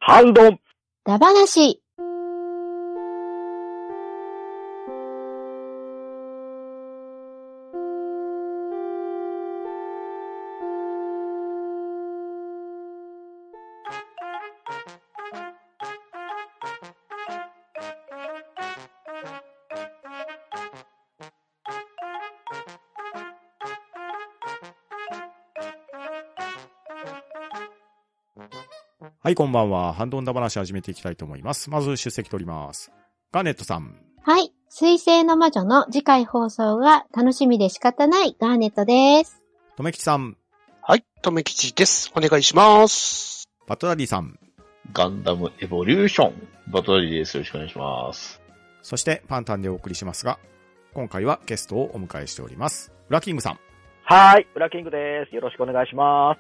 ハンドンダバナシ。 はい、こんばんは。ハンドンダ話始めていきたいと思います。まず出席取ります。ガーネットさん。 はい。水星の魔女の次回放送が楽しみで仕方ないガーネットです。 とめきちさん。 はい、とめきちです。お願いします。 バトラリーさん。 ガンダムエボリューション。バトラリーです。よろしくお願いします。 そしてパンタンでお送りしますが、今回はゲストをお迎えしております。ウラキングさん。 はい、ウラキングです。よろしくお願いします。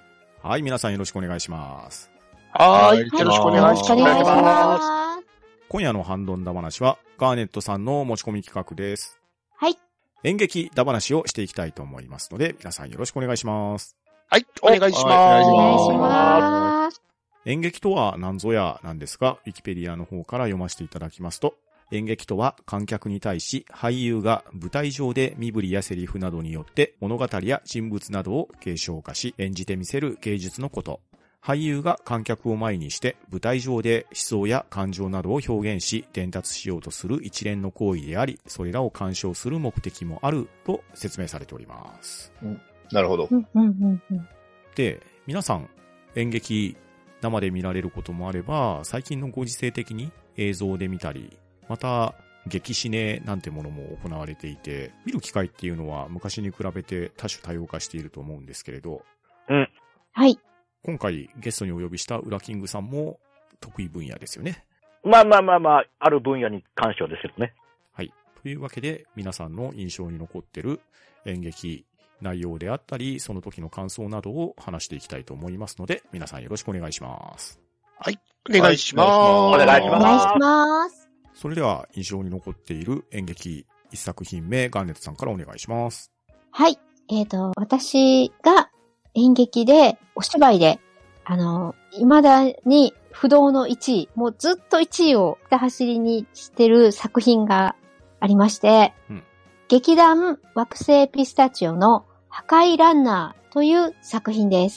はい、皆さんよろしくお願いします。 はい、よろしくお願いします。 お願いします。 今夜のハンドンダ話はガーネットさんの持ち込み企画です。 はい。 演劇ダ話をしていきたいと思いますので、皆さんよろしくお願いします。 はい、お願いします。 お願いします。 演劇とは何ぞやなんですが、ウィキペディアの方から読ませていただきますと、演劇とは観客に対し俳優が舞台上で身振りやセリフなどによって物語や人物などを継承化し演じてみせる芸術のこと。俳優が観客を前にして舞台上で思想や感情などを表現し伝達しようとする一連の行為であり、それらを鑑賞する目的もあると説明されております。 なるほど。 で、皆さん演劇生で見られることもあれば、最近のご時世的に映像で見たり、また劇シネなんてものも行われていて、見る機会っていうのは昔に比べて多種多様化していると思うんですけれど、 はい。 今回ゲストにお呼びしたウラキングさんも得意分野ですよね。 まあ、ある分野に関してはですけどね。 はい。というわけで、皆さんの印象に残っている演劇内容であったり、その時の感想などを話していきたいと思いますので、皆さんよろしくお願いします。 はい、お願いします。 お願いします。 お願いします。 それでは、印象に残っている演劇一作品目、ガーネットさんからお願いします。 はい。私が演劇で、お芝居で、未だに不動の1位、もうずっと1位を走りにしてる作品がありまして、劇団惑星ピスタチオの破壊ランナーという作品です。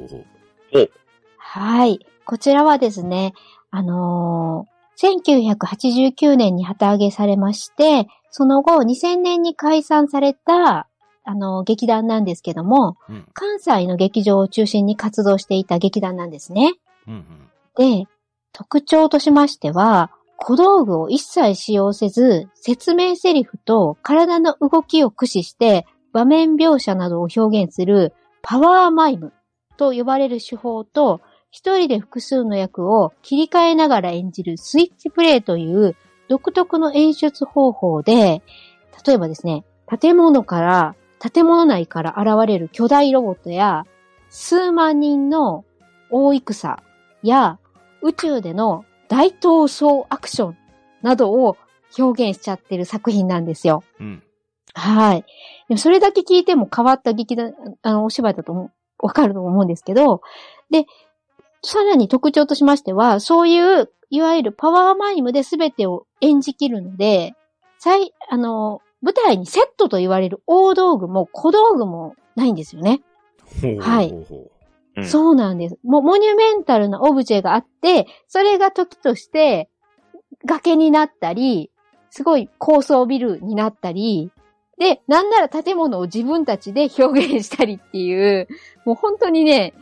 はい。こちらはですね、1989年に旗揚げされまして、その後2000年に解散された劇団なんですけども、関西の劇場を中心に活動していた劇団なんですね。で、特徴としましては、小道具を一切使用せず、説明セリフと体の動きを駆使して場面描写などを表現するパワーマイムと呼ばれる手法と、一人で複数の役を切り替えながら演じるスイッチプレイという独特の演出方法で、例えばですね、建物内から現れる巨大ロボットや、数万人の大戦や、宇宙での大闘争アクションなどを表現しちゃってる作品なんですよ。はい。でもそれだけ聞いても変わった劇団、お芝居だとわかると思うんですけど、で、さらに特徴としましては、そういう、いわゆるパワーマイムで全てを演じきるので、舞台にセットと言われる大道具も小道具もないんですよね。はい。そうなんです。モニュメンタルなオブジェがあって、それが時として崖になったり、すごい高層ビルになったり、で、なんなら建物を自分たちで表現したりっていう、もう本当にね、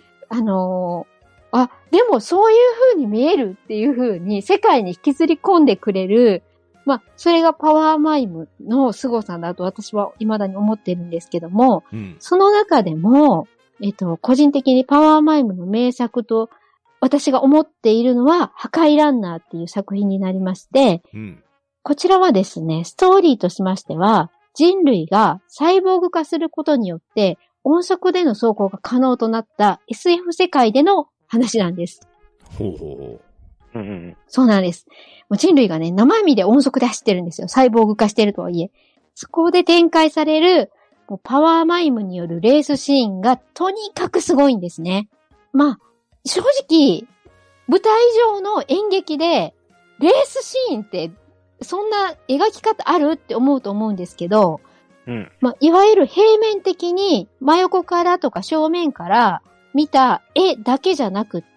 でもそういう風に見えるっていう風に世界に引きずり込んでくれる、それがパワーマイムの凄さだと私は未だに思ってるんですけども、その中でも、個人的にパワーマイムの名作と私が思っているのは破壊ランナーっていう作品になりまして、こちらはですね、ストーリーとしましては、人類がサイボーグ化することによって音速での走行が可能となった SF 世界での話なんです。そうなんです。もう人類がね、生身で音速で走ってるんですよ。サイボーグ化してるとはいえ。そこで展開されるもうパワーマイムによるレースシーンがとにかくすごいんですね。正直、 舞台上の演劇で、レースシーンって、そんな描き方あるって思うと思うんですけど、いわゆる平面的に真横からとか正面から見た絵だけじゃなくって、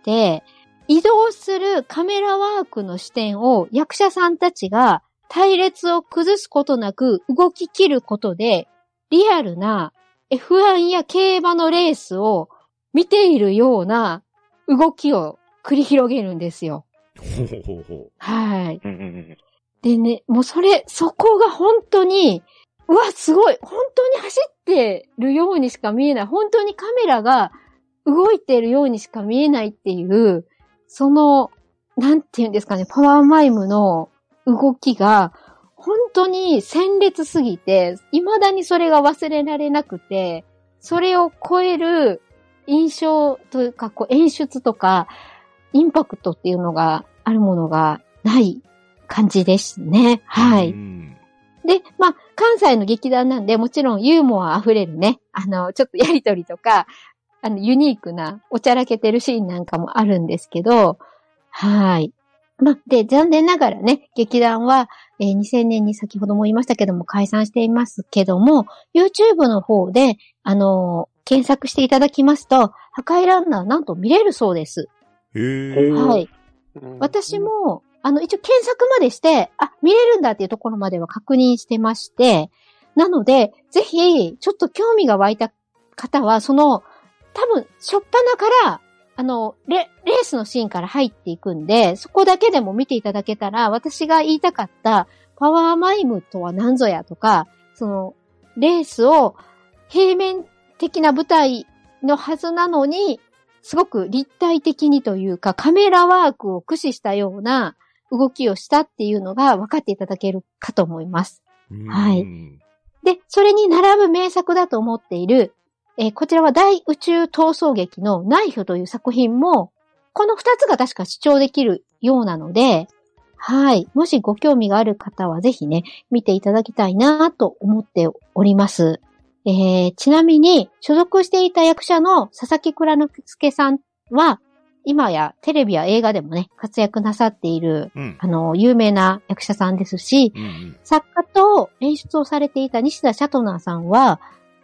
移動するカメラワークの視点を役者さんたちが隊列を崩すことなく動き切ることで、リアルな F1 や競馬のレースを見ているような動きを繰り広げるんですよ。はい。でね、もうそこが本当に、うわ、すごい、本当に走ってるようにしか見えない。本当にカメラが動いてるようにしか見えないっていう、なんていうんですかね、パワーマイムの動きが、本当に鮮烈すぎて、未だにそれが忘れられなくて、それを超える印象というか、演出とか、インパクトっていうのがあるものがない感じですね。はい。で、関西の劇団なんで、もちろんユーモア溢れるね、ちょっとやりとりとか、ユニークな、おちゃらけてるシーンなんかもあるんですけど、はい。で、残念ながらね、劇団は、2000年に先ほども言いましたけども、解散していますけども、YouTube の方で、検索していただきますと、破壊ランナーなんと見れるそうです。はい。私も、一応検索までして、見れるんだっていうところまでは確認してまして、なので、ぜひ、ちょっと興味が湧いた方は、多分、初っ端から、レースのシーンから入っていくんで、そこだけでも見ていただけたら、私が言いたかった、パワーマイムとは何ぞやとか、レースを平面的な舞台のはずなのに、すごく立体的にというか、カメラワークを駆使したような動きをしたっていうのが分かっていただけるかと思います。はい。で、それに並ぶ名作だと思っている、こちらは大宇宙闘争劇のナイフという作品も、この2つが確か視聴できるようなので、はい。もしご興味がある方はぜひね、見ていただきたいなと思っております。ちなみに、所属していた役者の佐々木蔵之介さんは、今やテレビや映画でもね、活躍なさっている、有名な役者さんですし、作家と演出をされていた西田シャトナーさんは、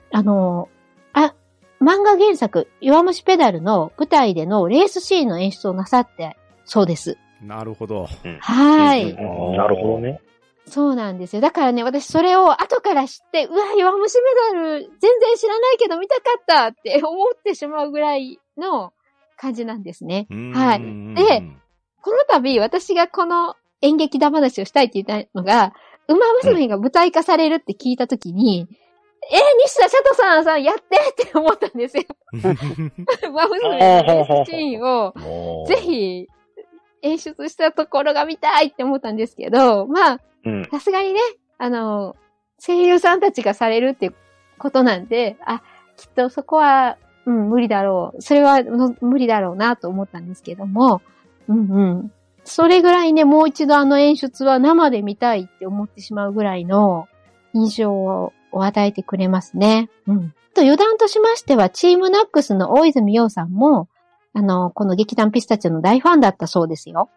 漫画原作、弱虫ペダルの舞台でのレースシーンの演出をなさってそうです。 なるほど。 はい。 なるほどね。 そうなんですよ。だからね、私それを後から知って、うわ、弱虫ペダル全然知らないけど見たかったって思ってしまうぐらいの感じなんですね。はい。で、この度私がこの演劇だ話をしたいって言ったのが、ウマ娘が舞台化されるって聞いたときに、西田シャトさんやってって思ったんですよ。ウマ娘のレースシーンを、ぜひ演出したところが見たいって思ったんですけど、さすがにね、声優さんたちがされるっていうことなんで、きっとそこは、無理だろう。それは無理だろうなと思ったんですけども、それぐらいね、もう一度演出は生で見たいって思ってしまうぐらいの印象を与えてくれますね。余談としましては、チームナックスの大泉洋さんも、この劇団ピスタチオの大ファンだったそうですよ。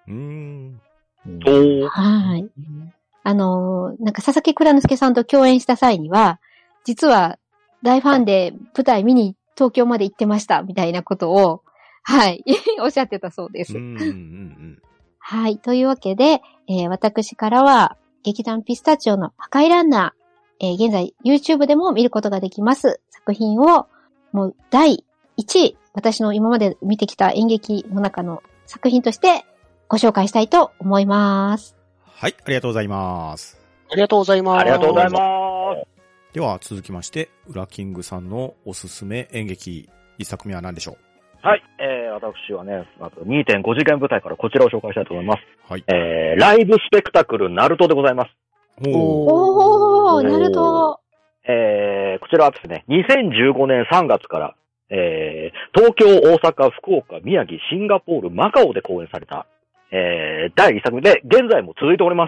はい。なんか佐々木蔵之介さんと共演した際には、実は大ファンで舞台見に東京まで行ってました、みたいなことを、はい、おっしゃってたそうです。はい。というわけで、私からは、劇団ピスタチオの破壊ランナー、現在 YouTube でも見ることができます作品を、もう第1位、私の今まで見てきた演劇の中の作品としてご紹介したいと思います。 はい、ありがとうございます。 ありがとうございます。 ありがとうございます。 では続きまして、ウラキングさんのおすすめ演劇一作目は何でしょう？ はい、私はね、まず 2.5 次元舞台からこちらを紹介したいと思います。 はい。 ライブスペクタクルナルトでございます。 おー、ナルト。 こちらはですね、2015年3月から、東京、大阪、福岡、宮城、シンガポール、マカオで公演された、第1作目で、現在も続いております。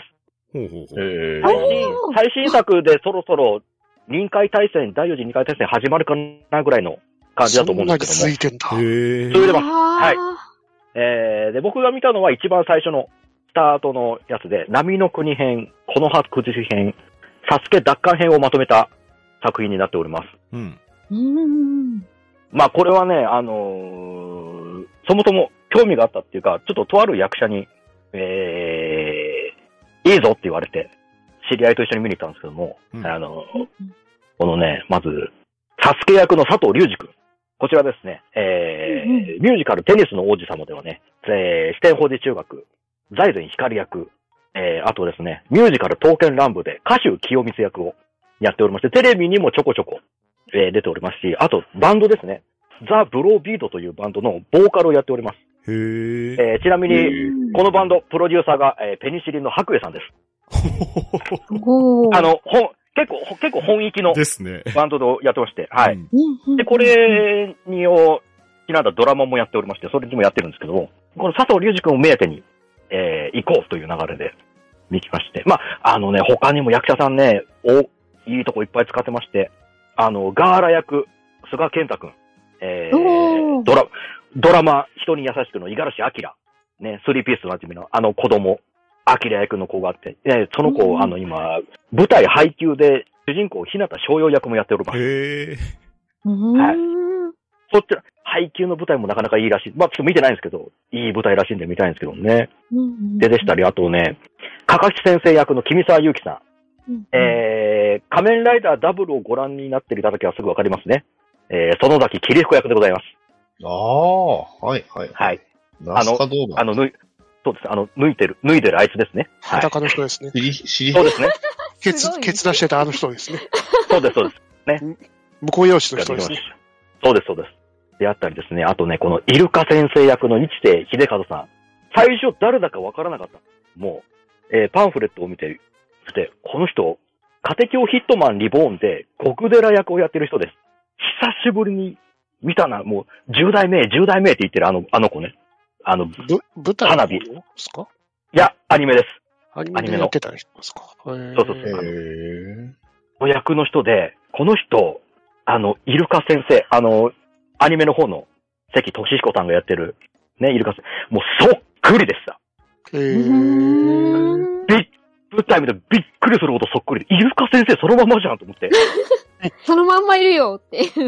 最新作でそろそろ臨海大戦、第4次臨海大戦始まるかなぐらいの感じだと思うんですけども。 そんなに続いてんだ。 続いてます。はい。 で、僕が見たのは一番最初のスタートのやつで、波の国編、この葉崩し編、サスケ奪還編をまとめた作品になっております。 うん。 まあ、これはね、そもそも興味があったっていうか、ちょっととある役者に、いいぞって言われて、知り合いと一緒に見に行ったんですけども、このね、まず、サスケ役の佐藤隆二君。こちらですね、ミュージカルテニスの王子様ではね、四天王寺中学、財前光役、あとですね、ミュージカル刀剣乱舞で歌手清光役をやっておりまして、テレビにもちょこちょこ、出ておりますし、あとバンドですね、ザ・ブロービートというバンドのボーカルをやっております。ちなみに、このバンド、プロデューサーが、ペニシリンの白江さんです。結構本域のバンドをやってまして、はい。で、これを、ちなんだドラマもやっておりまして、それにもやってるんですけども、この佐藤隆二君を目当てに、行こうという流れで見きまして。まあ、他にも役者さんね、いいとこいっぱい使ってまして、ガーラ役、菅健太君、ドラマ、人に優しくの五十嵐明、ね、スリーピースのなじみの子供、明役の子があって、その子、今、舞台配給で主人公、日向翔陽役もやっております。はい。そっち、配給の舞台もなかなかいいらしい。まあ、ちょっと見てないんですけど、いい舞台らしいんで見たいんですけどね。でしたり、あとね、かかし先生役の君沢祐希さん。仮面ライダーダブルをご覧になっていただけはすぐわかりますね。園崎桐彦役でございます。 ああ、はい。 はい。 そうです。脱いでるあいつですね。 裸の人ですね。 そうですね。 ケツ出してたあの人ですね。 そうです。ね。 向こう用紙の人ですね。 そうです。であったりですね。あとね、このイルカ先生役の一瀬秀和さん。最初誰だかわからなかった。もう、パンフレットを見て、この人、カテキョヒットマンリボーンで極寺役をやってる人です。久しぶりに見たな、もう、10代目って言ってるあの子ね。 舞台のですか？ いや、アニメです。 アニメでやってた人ですか？ そう。役の人で、この人、イルカ先生、アニメの方の関俊彦さんがやってる、ね、イルカ先生、もうそっくりでした。舞台見てびっくりするほどそっくりで、イルカ先生そのままじゃんと思って。 そのまんまいるよって。そう。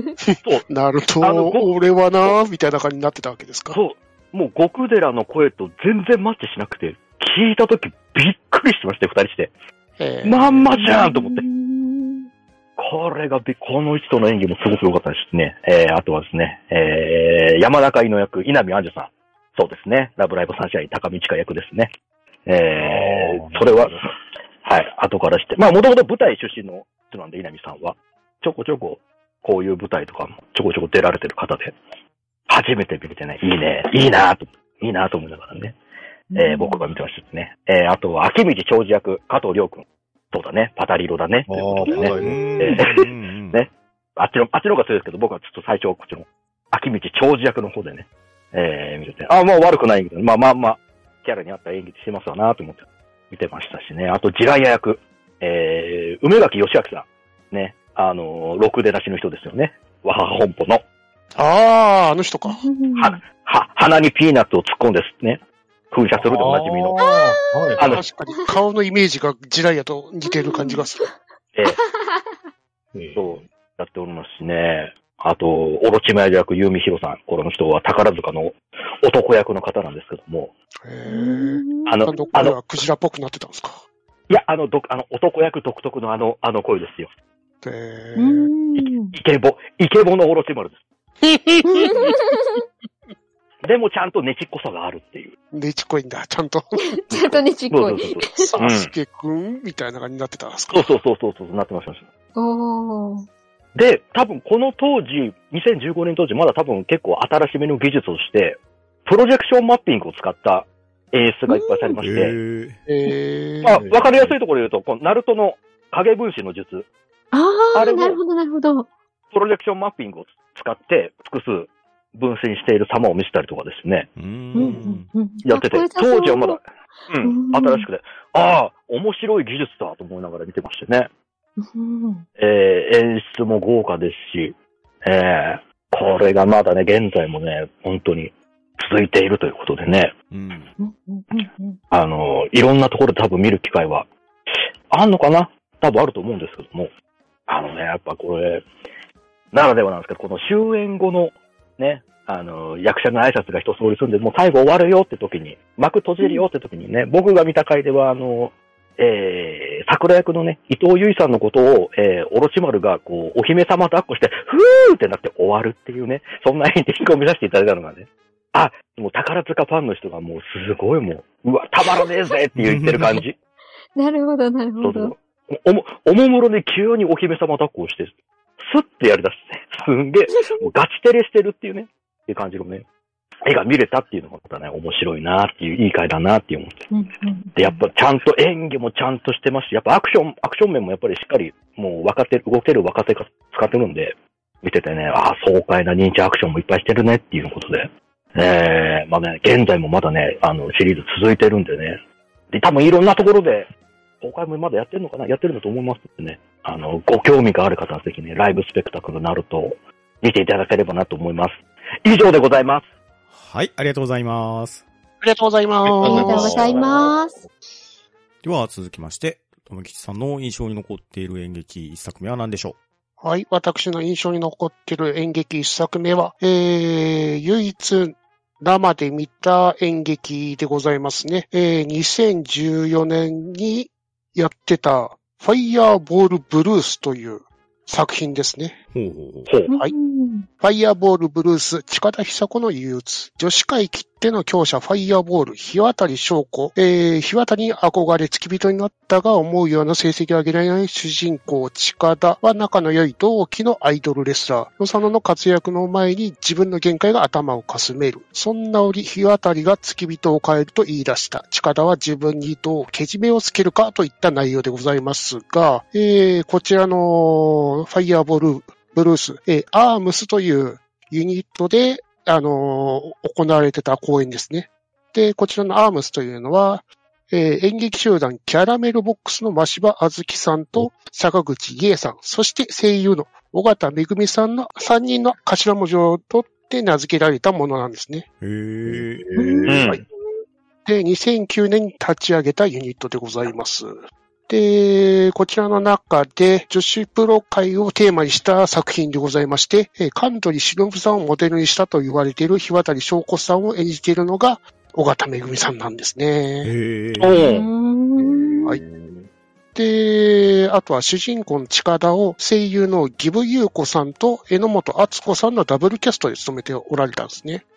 なると、俺はなーみたいな感じになってたわけですか？ そう。もう極寺の声と全然マッチしなくて、聞いたときびっくりしましたよ、二人して。まんまじゃんと思って。この人の演技もすごく良かったですね。あとはですね、山中井の役、稲見杏樹さん。そうですね。ラブライブサンシャイン高見千佳役ですね。それは、はい、後からして。まあ、もともと舞台出身の人なんで、稲見さんは。ちょこちょこ、こういう舞台とかもちょこちょこ出られてる方で、初めて見れてね、いいなと思いながらね。僕が見てましたですね。あとは、秋道長治役、加藤亮君。そうだね、パタリロだね。ということでね。ね。あっちの方が強いですけど、僕はちょっと最初、こっちの、秋道長治役の方でね、見てて、もう悪くないけど、まあ、キャラに合った演技してますわなと思って見てましたしね。あと、ジライア役、梅垣義明さん。ね。ろくでなしの人ですよね。和母本舗の。 あの人か。 鼻にピーナッツを突っ込んですね。噴射するでおなじみの。 確かに顔のイメージがジライアと似てる感じがする。 そう、やっておりますしね。あと、オロチマヤ役、ユーミヒロさん。この人は宝塚の男役の方なんですけども。 声はクジラっぽくなってたんですか？ いや、男役独特の声ですよ。イケボのオロチマルです。でもちゃんとネチっこさがあるっていう。 ネチっこいんだ、ちゃんと。 ちゃんとネチっこい。 サスケくんみたいな感じになってたんですか？ そう、なってました。で、多分この当時、2015年当時、まだ多分結構新しめの技術をして、プロジェクションマッピングを使った演出がいっぱいされまして、わかりやすいところで言うと、このナルトの影分身の術。 あれもなるほど。 プロジェクションマッピングを使って複数分身している様を見せたりとかですね。やってて、当時はまだ、新しくて、面白い技術だと思いながら見てましてね。演出も豪華ですし、これがまだね、現在もね、本当に続いているということでね。いろんなところで多分見る機会は、あんのかな？多分あると思うんですけども。やっぱこれ、ならではなんですけど、この終演後のね、役者の挨拶が一通り済んで、もう最後終わるよって時に、幕閉じるよって時にね、僕が見た回では、桜役のね、伊藤結衣さんのことを、おろち丸が、こう、お姫様抱っこして、ふーってなって終わるっていうね、そんなエンディングを目指していただいたのがね、もう宝塚ファンの人がもうすごいもう、うわ、たまらねえぜって言ってる感じ。 なるほど、なるほど。 そうおもむろに急にお姫様抱っこをして、スッてやり出してね、すんげえ、もうガチテレしてるっていうね、っていう感じのね、絵が見れたっていうのがまたね、面白いなっていう、いい回だなって思って。で、やっぱちゃんと演技もちゃんとしてますし、やっぱアクション面もやっぱりしっかり、もう動ける若手が使ってるんで、見ててね、爽快な認知アクションもいっぱいしてるねっていうことで。まあね、現在もまだね、シリーズ続いてるんでね。で、多分いろんなところで、公開もまだやってるのかな？やってるんだと思いますのでね。ご興味がある方はぜひね、ライブスペクタクルナルトを見ていただければなと思います。以上でございます。 はい、ありがとうございます。 ありがとうございます。 ありがとうございます。 では続きまして、とめきちさんの印象に残っている演劇一作目は何でしょう？はい、私の印象に残っている演劇一作目は、唯一生で見た演劇でございますね。2014年にやってたファイヤーボールブルースという作品ですね。はい。ファイヤーボールブルース、近田久子の憂鬱。女子会切手の強者ファイヤーボール、日渡翔子。日渡に憧れ付き人になったが思うような成績を上げられない主人公、近田は仲の良い同期のアイドルレスラー。与謝野の活躍の前に自分の限界が頭をかすめる。そんな折、日渡が付き人を変えると言い出した。近田は自分にどうけじめをつけるかといった内容でございますが、こちらのファイヤーボールブルース、アームスというユニットで、行われてた公演ですね。で、こちらのアームスというのは、演劇集団キャラメルボックスの真柴あずきさんと坂口理恵さん、そして声優の尾形めぐみさんの3人の頭文字を取って名付けられたものなんですね。はい。で、2009年に立ち上げたユニットでございます。で、こちらの中で女子プロ界をテーマにした作品でございまして、神取忍さんをモデルにしたと言われている日渡翔子さんを演じているのが尾形めぐみさんなんですね。はい。で、あとは主人公の近田を声優の義部優子さんと榎本敦子さんのダブルキャストで務めておられたんですね。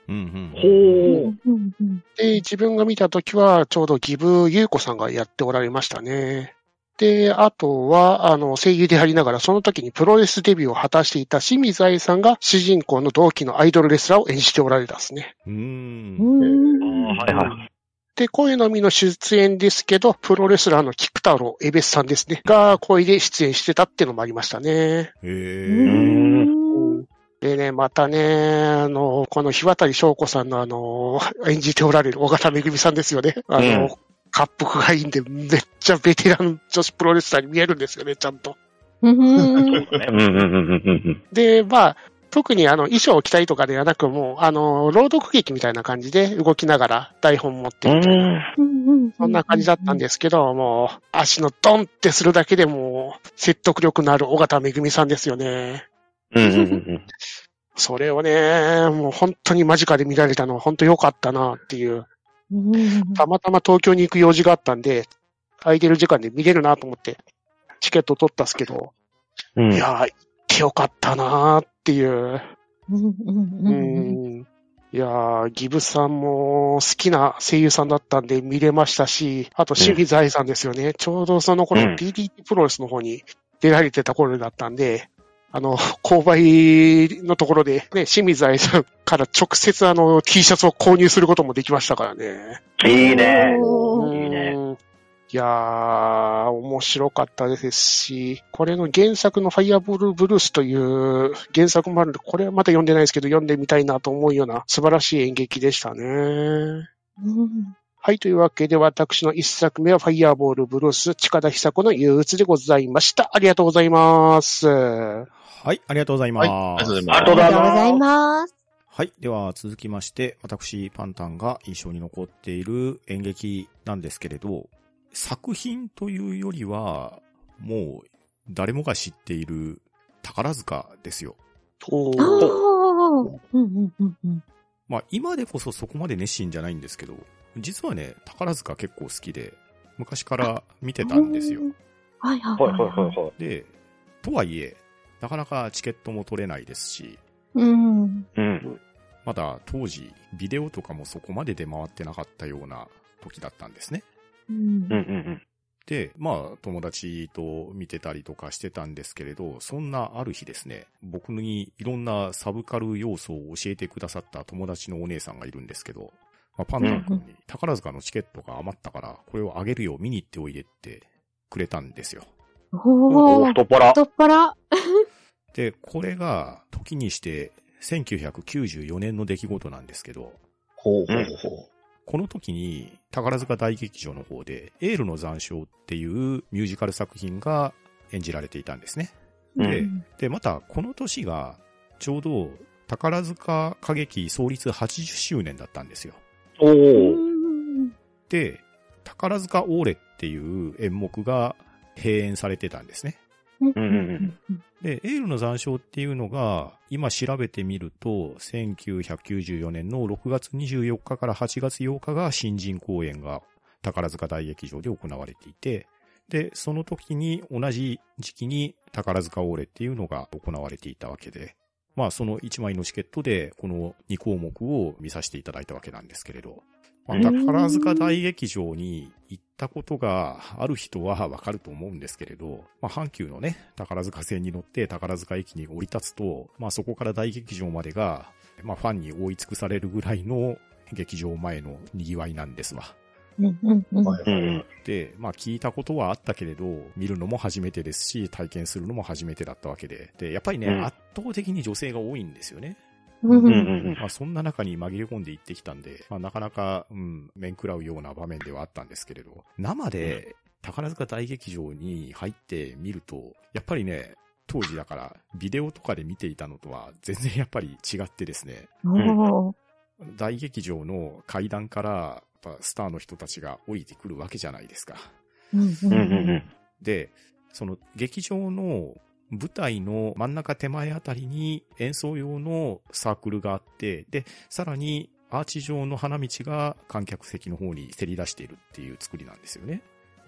で、自分が見たときはちょうど義部優子さんがやっておられましたね。で、あとは、声優でありながら、その時にプロレスデビューを果たしていた清水愛さんが主人公の同期のアイドルレスラーを演じておられたんですね。 はいはい。 で、声のみの出演ですけど、プロレスラーの菊太郎、エベスさんですね、が声で出演してたっていうのもありましたね。でね、またね、この日渡翔子さんの演じておられる尾形めぐみさんですよね。滑腹がいいんで、めっちゃベテラン女子プロレスラーに見えるんですよね、ちゃんと。で、まあ、特に衣装を着たりとかではなく、もう、朗読劇みたいな感じで動きながら台本持ってみたいな。そんな感じだったんですけど、もう、足のドンってするだけでもう、説得力のある尾形めぐみさんですよね。それをね、もう本当に間近で見られたのは本当良かったなっていう。たまたま東京に行く用事があったんで、空いてる時間で見れるなと思って、チケット取ったっすけど、いやー、行ってよかったなーっていう。いやー、ギブさんも好きな声優さんだったんで見れましたし、あと清水愛さんですよね。ちょうどその頃、DDT プロレスの方に出られてた頃だったんで、購買のところでね、清水愛さんから直接T シャツを購入することもできましたからね。 いいね。いいね。 いやー、面白かったですし、これの原作のファイアボールブルースという原作もあるんで、これはまだ読んでないですけど、読んでみたいなと思うような素晴らしい演劇でしたね。はい、というわけで私の一作目はファイアボールブルース、近田久子の憂鬱でございました。ありがとうございます。 はい、ありがとうございます。 ありがとうございます。 ありがとうございます。 はい。では続きまして、私、パンタンが印象に残っている演劇なんですけれど、作品というよりは、もう誰もが知っている宝塚ですよ。まあ今でこそそこまで熱心じゃないんですけど、実はね、宝塚結構好きで、昔から見てたんですよ。 はいはいはい。 で、とはいえ、なかなかチケットも取れないですし、まだ当時、ビデオとかもそこまで出回ってなかったような時だったんですね。で、まあ、友達と見てたりとかしてたんですけれど、そんなある日ですね、僕にいろんなサブカル要素を教えてくださった友達のお姉さんがいるんですけど、まあ、パンタン君に宝塚のチケットが余ったから、これをあげるよ、見に行っておいでってくれたんですよ。 太っ腹。 太っ腹。 で、これが時にして1994年の出来事なんですけど、 ほうほうほう。 この時に宝塚大劇場の方でエールの残照っていうミュージカル作品が演じられていたんですね。で、またこの年がちょうど宝塚歌劇創立80周年だったんですよ。で、宝塚オーレっていう演目が閉演されてたんですね。で、エールの残照っていうのが、今調べてみると、1994年の6月24日から8月8日が新人公演が宝塚大劇場で行われていて、で、その時に同じ時期に宝塚オーレっていうのが行われていたわけで、まあその1枚のチケットでこの2項目を見させていただいたわけなんですけれど、まあ、宝塚大劇場に行ったことがある人はわかると思うんですけれど、まあ、阪急のね、宝塚線に乗って宝塚駅に降り立つと、まあ、そこから大劇場までが、まあ、ファンに覆い尽くされるぐらいの劇場前の賑わいなんですわ。で、まあ、聞いたことはあったけれど、見るのも初めてですし、体験するのも初めてだったわけで、で、やっぱりね、圧倒的に女性が多いんですよね。まあそんな中に紛れ込んで行ってきたんで、まあなかなか、面食らうような場面ではあったんですけれど、生で宝塚大劇場に入ってみると、やっぱりね、当時だからビデオとかで見ていたのとは全然やっぱり違ってですね、大劇場の階段からやっぱスターの人たちが降りてくるわけじゃないですか。で、その劇場の舞台の真ん中手前あたりに演奏用のサークルがあって、で、さらにアーチ状の花道が観客席の方にせり出しているっていう作りなんですよね。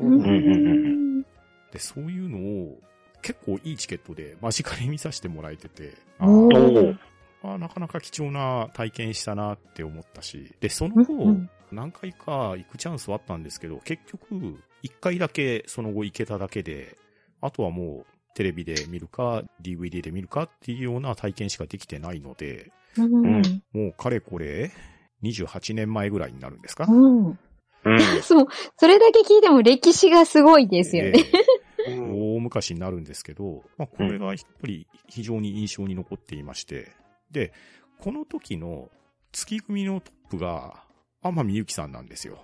で、そういうのを結構いいチケットで間近で見させてもらえてて、なかなか貴重な体験したなって思ったし、で、その後、何回か行くチャンスはあったんですけど、結局、1回だけその後行けただけで、あとはもう、テレビで見るか、DVD で見るかっていうような体験しかできてないので、もうかれこれ、28年前ぐらいになるんですか？ そう、それだけ聞いても歴史がすごいですよね。 大昔になるんですけど、まあ、これがやっぱり非常に印象に残っていまして、で、この時の月組のトップが天海祐希さんなんですよ。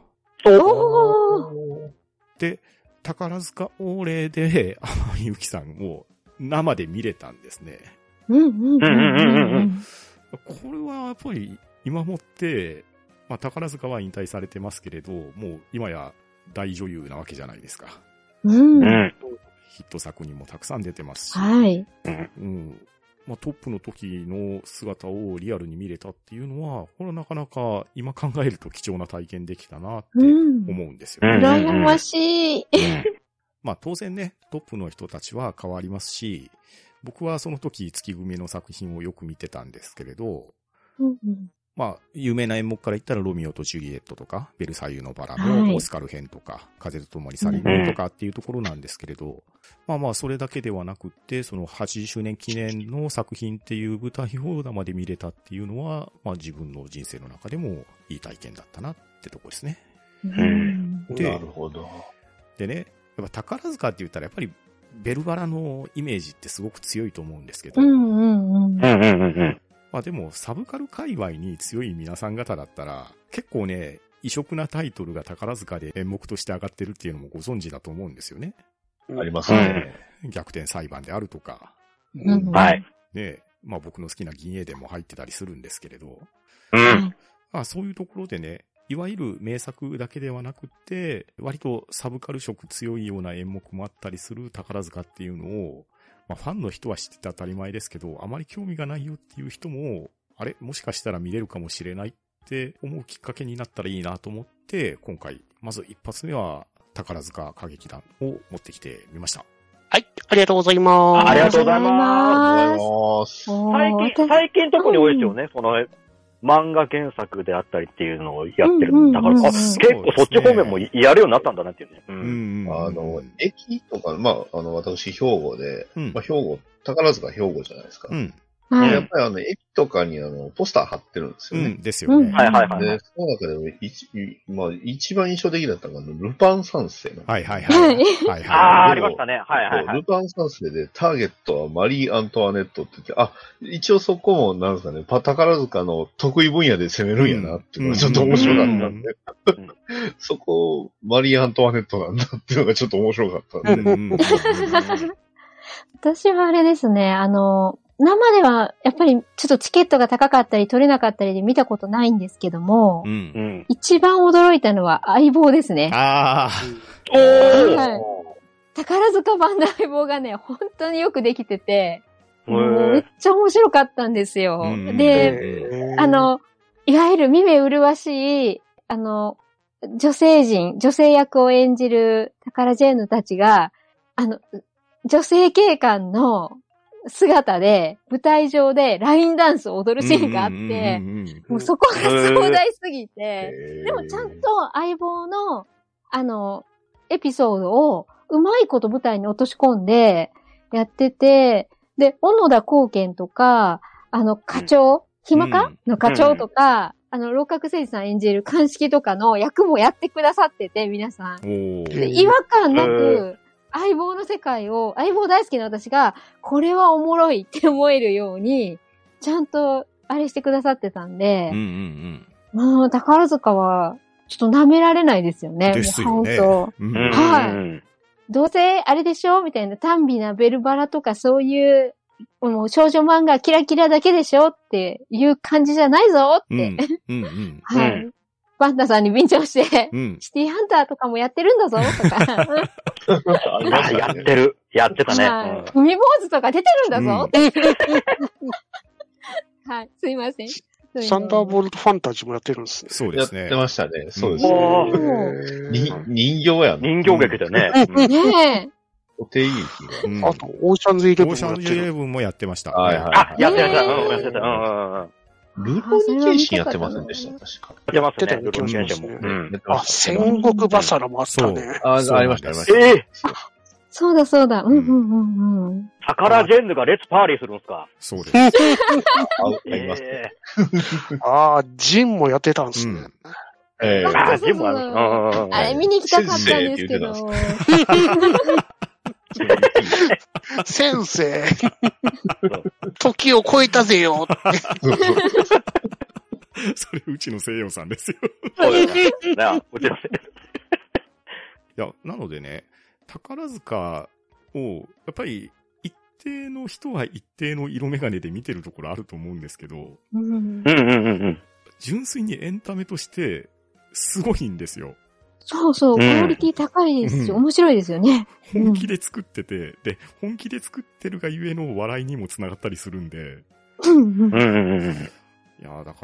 で、宝塚オーレで天海祐希さんを生で見れたんですね。これはやっぱり今もって、まあ、宝塚は引退されてますけれど、もう今や大女優なわけじゃないですか。ヒット作にもたくさん出てますし、まあ、トップの時の姿をリアルに見れたっていうのは、これはなかなか今考えると貴重な体験できたなって思うんですよね。 羨ましい。 まあ当然ね、トップの人たちは変わりますし、僕はその時月組の作品をよく見てたんですけれど、まあ有名な演目から言ったらロミオとジュリエットとか、ベルサイユのバラのオスカル編とか、風と共に去りぬとかっていうところなんですけれど、まあまあそれだけではなくって、その80周年記念の作品っていう舞台を生で見れたっていうのは、まあ自分の人生の中でもいい体験だったなってとこですね。 なるほど。 でね、やっぱ宝塚って言ったらやっぱりベルバラのイメージってすごく強いと思うんですけど、まあでもサブカル界隈に強い皆さん方だったら結構ね、異色なタイトルが宝塚で演目として上がってるっていうのもご存知だと思うんですよね。 ありますね。 逆転裁判であるとか。 はい。 ね、 まあ僕の好きな銀英伝も入ってたりするんですけれど、 うん。 まあそういうところでね、いわゆる名作だけではなくって、割とサブカル色強いような演目もあったりする宝塚っていうのを、まあファンの人は知ってて当たり前ですけど、あまり興味がないよっていう人も、あれもしかしたら見れるかもしれないって思うきっかけになったらいいなと思って、今回、まず一発目は宝塚歌劇団を持ってきてみました。 はい、ありがとうございます。 ありがとうございます。 ありがとうございます。 最近特に多いですよね、その、漫画原作であったりっていうのをやってるんだから、結構そっち方面もやるようになったんだなっていうね。 駅とか、まあ、私、兵庫で、まあ、宝塚兵庫じゃないですか。やっぱり駅とかにポスター貼ってるんですよね。 ですよね。 はいはいはい。 で、その中でも、一番印象的だったのが、ルパン三世の。 はいはいはい。 ありましたね。はいはいはい。 ルパン三世でターゲットはマリー・アントワネットって言って、一応そこも、なんですかね、宝塚の得意分野で攻めるんやなっていうのがちょっと面白かったんで、そこ、マリー・アントワネットなんだっていうのがちょっと面白かったんで。 私はあれですね、生では、やっぱりちょっとチケットが高かったり取れなかったりで見たことないんですけども、一番驚いたのは相棒ですね。 はい。 宝塚版の相棒がね、本当によくできてて、めっちゃ面白かったんですよ。で、いわゆる見目麗しい、女性役を演じるタカラジェンヌたちが、女性警官の姿で、舞台上でラインダンスを踊るシーンがあって、もうそこが壮大すぎて、でもちゃんと相棒の、エピソードをうまいこと舞台に落とし込んでやってて、で、小野田光健とか、課長、暇かの課長とか、六角誠治さん演じる鑑識とかの役もやってくださってて、皆さん。で違和感なく、相棒の世界を、相棒大好きな私が、これはおもろいって思えるように、ちゃんと、あれしてくださってたんで、もう、宝塚は、ちょっと舐められないですよね。 ですよね。 はい。どうせ、あれでしょみたいな、短美なベルバラとかそういう、もう少女漫画キラキラだけでしょっていう感じじゃないぞって。はい。パンダさんに便乗して、シティハンターとかもやってるんだぞとか。 やってる。やってたね。 海坊主とか出てるんだぞって。はい。すいません。 サンダーボルトファンタジーもやってるんですね。 そうですね。 やってましたね。そうですね。人形やん。 人形劇だよね。 ねえ。 お手入れあと、オーシャンズイレブンもやってる。 オーシャンズイレブンもやってました。 はいはい。 やってた。やってた。 ルロニケンシンやってませんでした確か。 やってますね。ルロニケンシンも。 戦国バサラもあったね。 ありました、ありました。 そうだそうだ。 タカラジェンヌがレッツパーリーするんすか？ そうです。 ジンもやってたんですね。 ジンもあれ見に行きたかったんですけど。 先生、時を超えたぜよって。 それ、うちの西洋さんですよ。 そうですね。うちの西洋。 いや、なのでね、宝塚を、やっぱり、一定の人は一定の色眼鏡で見てるところあると思うんですけど、純粋にエンタメとして、すごいんですよ。 そうそう、クオリティ高いですし、面白いですよね。 本気で作ってて、で、本気で作ってるがゆえの笑いにもつながったりするんで。いや、だから、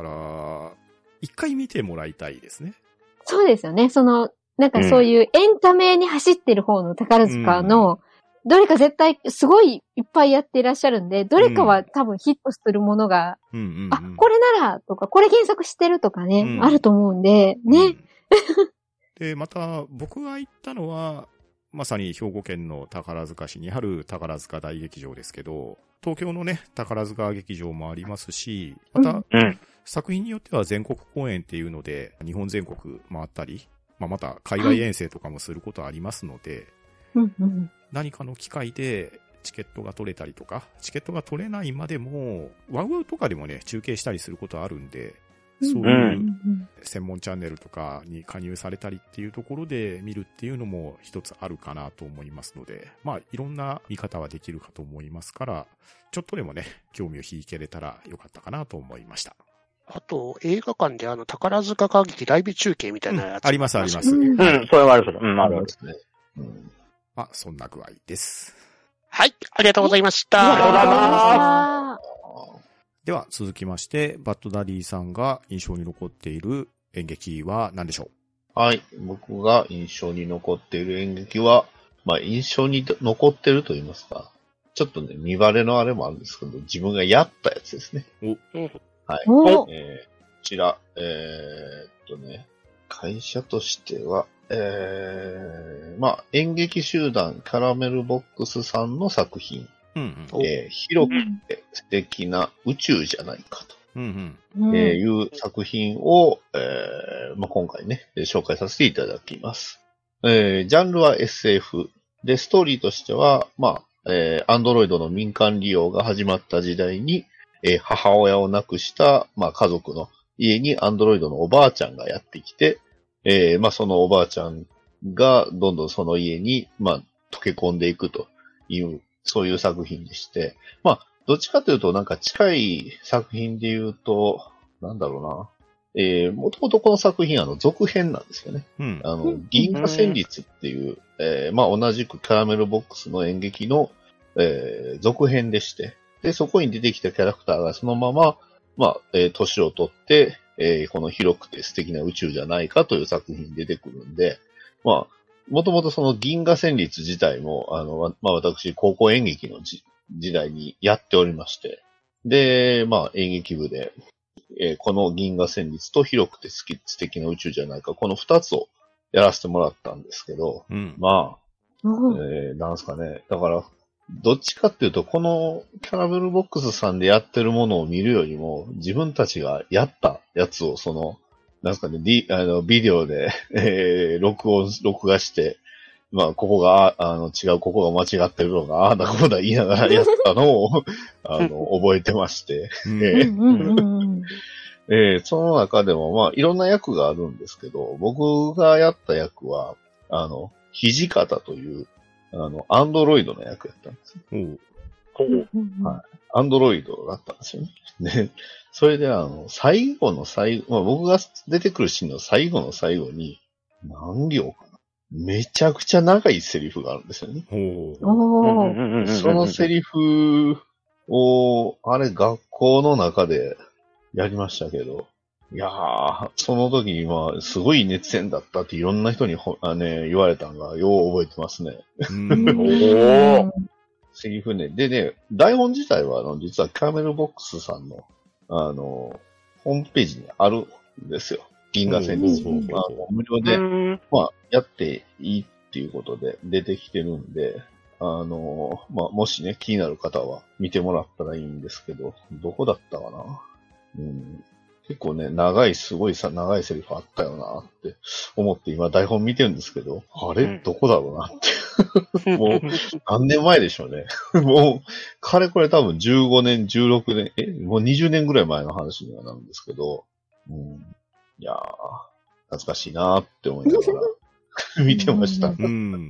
一回見てもらいたいですね。 そうですよね。なんかそういうエンタメに走ってる方の宝塚の、どれか絶対すごいいっぱいやっていらっしゃるんで、どれかは多分ヒットするものが、これならとか、これ原作知ってるとかね、あると思うんで、ね。 で、また、僕が行ったのは、まさに兵庫県の宝塚市にある宝塚大劇場ですけど、東京のね、宝塚劇場もありますし、また、作品によっては全国公演っていうので、日本全国回ったり、また海外遠征とかもすることありますので、何かの機会でチケットが取れたりとか、チケットが取れないまでも、ワウワウとかでもね、中継したりすることあるんで、 そういう専門チャンネルとかに加入されたりっていうところで見るっていうのも一つあるかなと思いますので、まあいろんな見方はできるかと思いますから、ちょっとでもね、興味を引けれたらよかったかなと思いました。 あと、映画館で宝塚歌劇ライブ中継みたいなやつ、 あります、あります。 それはある。あるですね。 まあ、そんな具合です。 はい、ありがとうございました。 ありがとうございます。 では、続きまして、バッドダディさんが印象に残っている演劇は何でしょう？はい。僕が印象に残っている演劇は、まあ、印象に残っていると言いますか、ちょっとね、見バレのあれもあるんですけど、自分がやったやつですね。はい。こちら、会社としては、まあ、演劇集団キャラメルボックスさんの作品。広くて素敵な宇宙じゃないかと、いう作品を、まあ、今回ね、紹介させていただきます。ジャンルは SF で、ストーリーとしては、まあ、アンドロイドの民間利用が始まった時代に、母親を亡くした、まあ、家族の家にアンドロイドのおばあちゃんがやってきて、まあ、そのおばあちゃんがどんどんその家に、まあ、溶け込んでいくという、そういう作品でして、まあ、どっちかというとなんか近い作品で言うと、なんだろうな、もともとこの作品続編なんですよね。銀河戦律っていう、まあ同じくキャラメルボックスの演劇の、続編でして、で、そこに出てきたキャラクターがそのまま、まあ、年を取って、この広くて素敵な宇宙じゃないかという作品に出てくるんで、まあ、もともとその銀河戦律自体も、まあ私、高校演劇の時代にやっておりまして、で、まあ演劇部で、この銀河戦律と広くて素敵な宇宙じゃないか、この二つをやらせてもらったんですけど、まあ、なんすかね、だから、どっちかっていうと、このキャラメルボックスさんでやってるものを見るよりも、自分たちがやったやつをなんすかね、ビデオで、録画して、まあ、ここが、違う、ここが間違ってるのが、ああだこうだ言いながらやったのを、覚えてまして、その中でも、まあ、いろんな役があるんですけど、僕がやった役は、土方という、アンドロイドの役やったんですよ。はい。アンドロイドだったんですよね。で、それで最後の最後、まあ、僕が出てくるシーンの最後の最後に、何行かな。めちゃくちゃ長いセリフがあるんですよね。そのセリフを、あれ学校の中でやりましたけど、いやー、その時にまあ、すごい熱戦だったっていろんな人に言われたのがよう覚えてますね。セリフね。でね、台本自体は実はキャラメルボックスさんの、ホームページにあるんですよ。銀河戦律。無料で、まあ、やっていいっていうことで出てきてるんで、まあ、もしね、気になる方は見てもらったらいいんですけど、どこだったかな。結構ね、すごい長いセリフあったよなって思って今台本見てるんですけど、あれどこだろうなって。もう、何年前でしょうね。もう、かれこれ多分15年、16年、もう20年ぐらい前の話にはなるんですけど、いやー、懐かしいなーって思いながら見てました。で、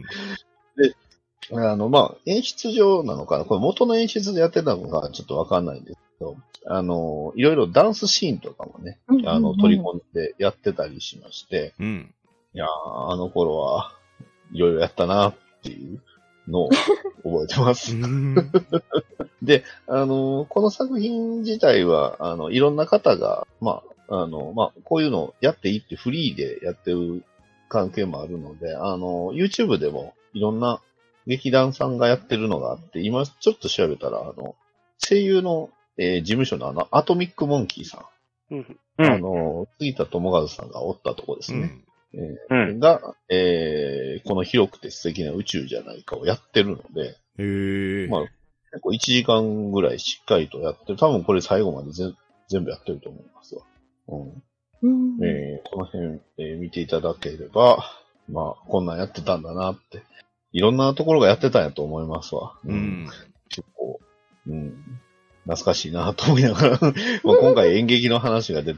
まあ、演出上なのかな、これ元の演出でやってたのかちょっとわかんないんですけど、いろいろダンスシーンとかもね、取り込んでやってたりしまして、いやー、あの頃はいろいろやったなっていうのを覚えてます。で、この作品自体は、いろんな方が、まあ、こういうのをやっていいってフリーでやってる関係もあるので、YouTube でもいろんな劇団さんがやってるのがあって、今ちょっと調べたら、声優の、事務所のアトミックモンキーさん。杉田智和さんがおったとこですね。が、この広くて素敵な宇宙じゃないかをやってるので、まあ、結構1時間ぐらいしっかりとやってる。多分これ最後まで全部やってると思いますわ。この辺、見ていただければ、まあ、こんなんやってたんだなって。いろんなところがやってたんやと思いますわ。結構、懐かしいなと思いながら、まあ今回演劇の話が出て、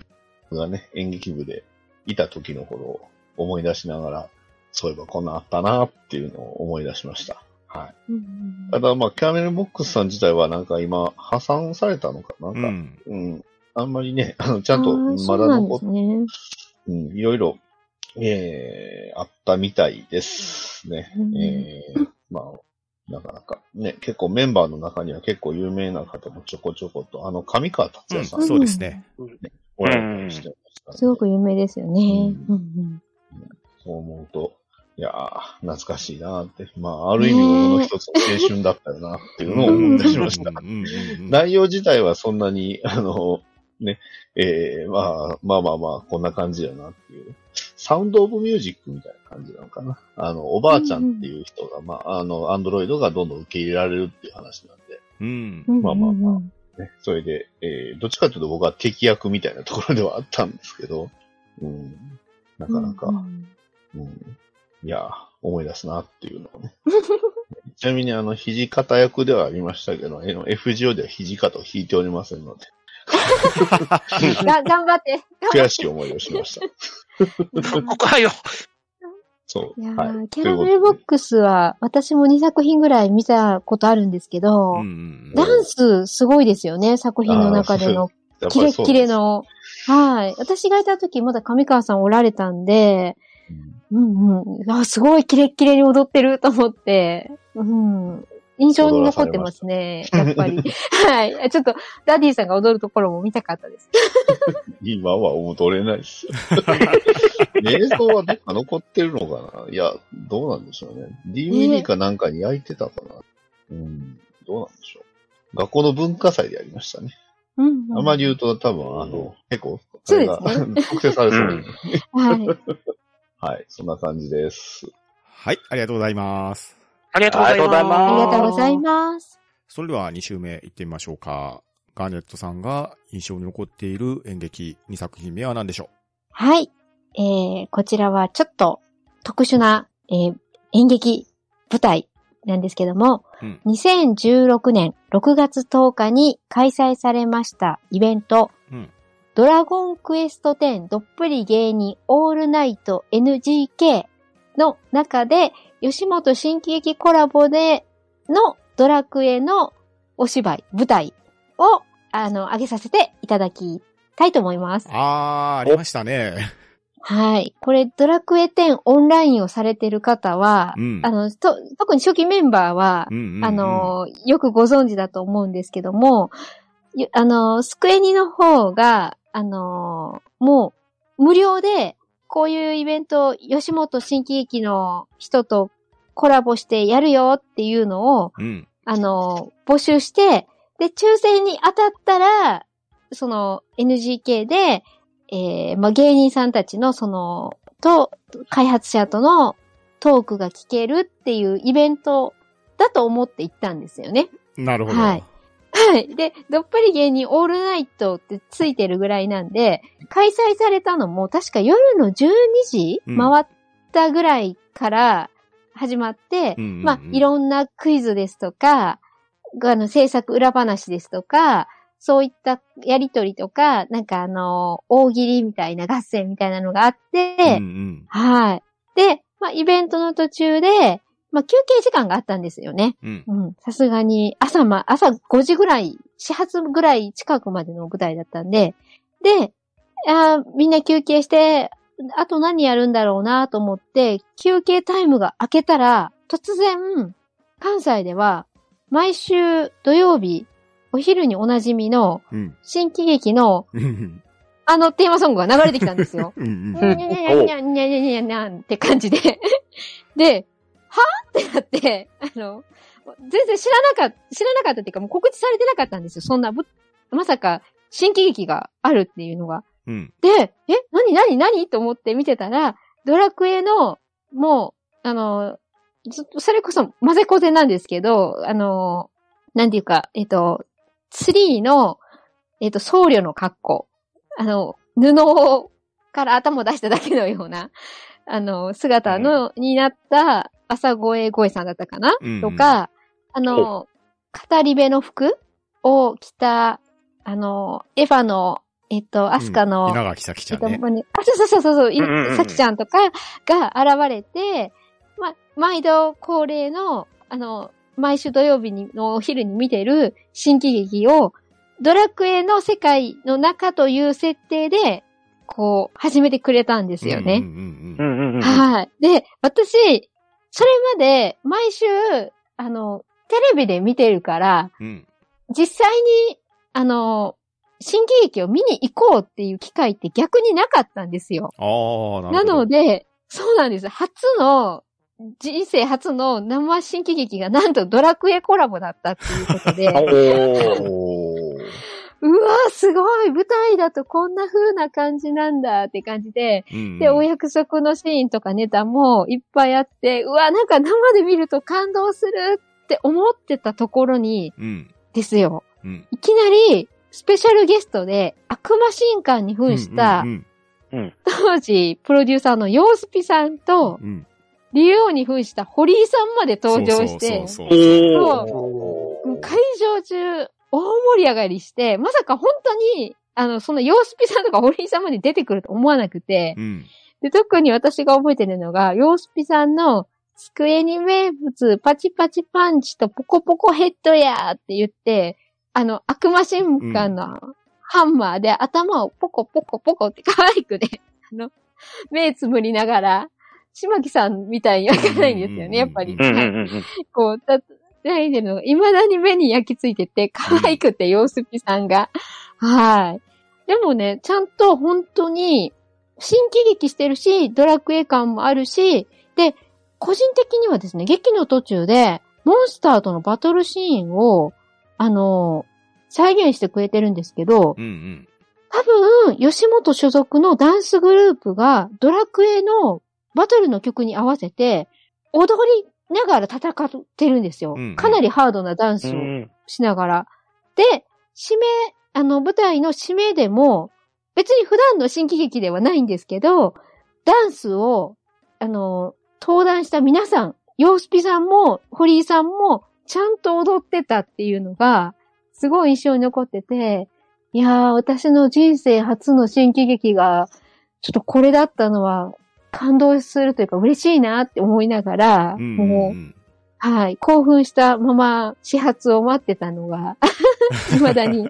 がね、演劇部でいた時の頃を思い出しながら、そういえばこんなんあったなっていうのを思い出しました。はい。ただまあ、キャラメルボックスさん自体はなんか今、破産されたのかな、あんまりね、ちゃんとまだ残って、いろいろ、あったみたいですね。まあ、なかなかね、結構メンバーの中には結構有名な方もちょこちょこと、上川達也さん、 そうですね。 おられたりしてましたね。 すごく有名ですよね。 そう思うと、いやー、懐かしいなーって。まあ、ある意味僕の一つの青春だったよなっていうのを思い出しました。内容自体はそんなに、ね、まあ、こんな感じだなっていう。サウンドオブミュージックみたいな感じなのかな。おばあちゃんっていう人が、まあ、アンドロイドがどんどん受け入れられるっていう話なんで。まあ、ね、それで、どっちかというと僕は敵役みたいなところではあったんですけど、なかなか、いや、思い出すなっていうのをね。ちなみに土方役ではありましたけど、FGO では土方を弾いておりませんので。 頑張って。 悔しい思いをしました。 僕はよ。 そう。 いやキャラメルボックスは、私も2作品ぐらい見たことあるんですけど、ダンスすごいですよね、作品の中での。キレッキレの。はい。私がいた時まだ上川さんおられたんで、すごいキレッキレに踊ってると思って、印象に残ってますね、やっぱり。はい。ちょっと、ダディさんが踊るところも見たかったです。 今は踊れないです。映像はどっか残ってるのかないや、どうなんでしょうね。DVD かなんかに焼いてたかな、どうなんでしょう。学校の文化祭でやりましたね。あまり言うと多分、結構、それが、特定されそうですね。はい、そんな感じです。 はい、ありがとうございます。 ありがとうございます。 ありがとうございます。 それでは2週目行ってみましょうか。ガーネットさんが印象に残っている演劇2作品目は何でしょう？ はい。こちらはちょっと特殊な、演劇舞台なんですけども、2016年6月10日に開催されましたイベント、ドラゴンクエスト10どっぷり芸人オールナイト NGK の中で、吉本新喜劇コラボでのドラクエのお芝居、舞台を、上げさせていただきたいと思います。 ありましたね。 はい。これ、ドラクエ10オンラインをされている方は、特に初期メンバーは、よくご存知だと思うんですけども、スクエニの方が、もう、無料で、こういうイベント、吉本新喜劇の人とコラボしてやるよっていうのを、募集して、で、抽選に当たったら、その NGK で、芸人さんたちの開発者とのトークが聞けるっていうイベントだと思って行ったんですよね。なるほど。はい。はい。で、どっぷり芸人オールナイトってついてるぐらいなんで、開催されたのも確か夜の12時回ったぐらいから始まって、いろんなクイズですとか、制作裏話ですとか、そういったやりとりとか、なんか大喜利みたいな合戦みたいなのがあって、はい。で、イベントの途中で、休憩時間があったんですよね。さすがに朝5時ぐらい、始発ぐらい近くまでの舞台だったんで、で、みんな休憩して、あと何やるんだろうなと思って、休憩タイムが明けたら、突然、関西では、毎週土曜日、お昼におなじみの、新喜劇の、テーマソングが流れてきたんですよ。にゃにゃにゃにゃにゃにゃにゃにゃって感じで。で、はぁってなって、全然知らなかったっていうか、もう告知されてなかったんですよ。そんな、まさか、新喜劇があるっていうのが。で、何と思って見てたら、ドラクエの、もう、それこそ混ぜこぜなんですけど、なんていうか、3の、僧侶の格好。布から頭を出しただけのような、姿になった朝越声さんだったかな、とか、語り部の服を着た、エヴァのアスカの、 稲垣咲ちゃんね。 そう、咲ちゃんとかが現れて、毎度恒例の、毎週土曜日のお昼に見てる新喜劇を、ドラクエの世界の中という設定で、こう、始めてくれたんですよね。はい。で、私、それまで、毎週、テレビで見てるから、実際に、新喜劇を見に行こうっていう機会って逆になかったんですよ。 なるほど。 なので、そうなんです。人生初の生新喜劇がなんとドラクエコラボだったっていうことで。うわーすごい舞台だとこんな風な感じなんだって感じで、で、お約束のシーンとかネタもいっぱいあって、うわ、なんか生で見ると感動するって思ってたところに、ですよ。いきなり、スペシャルゲストで悪魔神官に扮した、当時プロデューサーのヨースピさんと、竜王に扮した堀井さんまで登場して、会場中大盛り上がりして、まさか本当に、そのヨースピさんとか堀井さんまで出てくると思わなくて、で、特に私が覚えてるのが、ヨースピさんの机に名物パチパチパンチとポコポコヘッドやーって言って、悪魔神官のハンマーで頭をポコポコポコって可愛くね、目つむりながら、島木さんみたいに焼かないんですよね、やっぱり。こう、焼いてるのが、未だに目に焼き付いてて、可愛くて、ヨースピさんが。はい。でもね、ちゃんと本当に、新喜劇してるし、ドラクエ感もあるし、で、個人的にはですね、劇の途中で、モンスターとのバトルシーンを、再現してくれてるんですけど、多分、吉本所属のダンスグループがドラクエのバトルの曲に合わせて踊りながら戦ってるんですよ。かなりハードなダンスをしながら。で、舞台の締めでも、別に普段の新喜劇ではないんですけど、ダンスを、登壇した皆さん、ヨースピさんも、堀井さんも、ちゃんと踊ってたっていうのが、すごい印象に残ってて、いやー、私の人生初の新喜劇が、ちょっとこれだったのは、感動するというか嬉しいなって思いながら、もう、はい、興奮したまま始発を待ってたのが、未だに、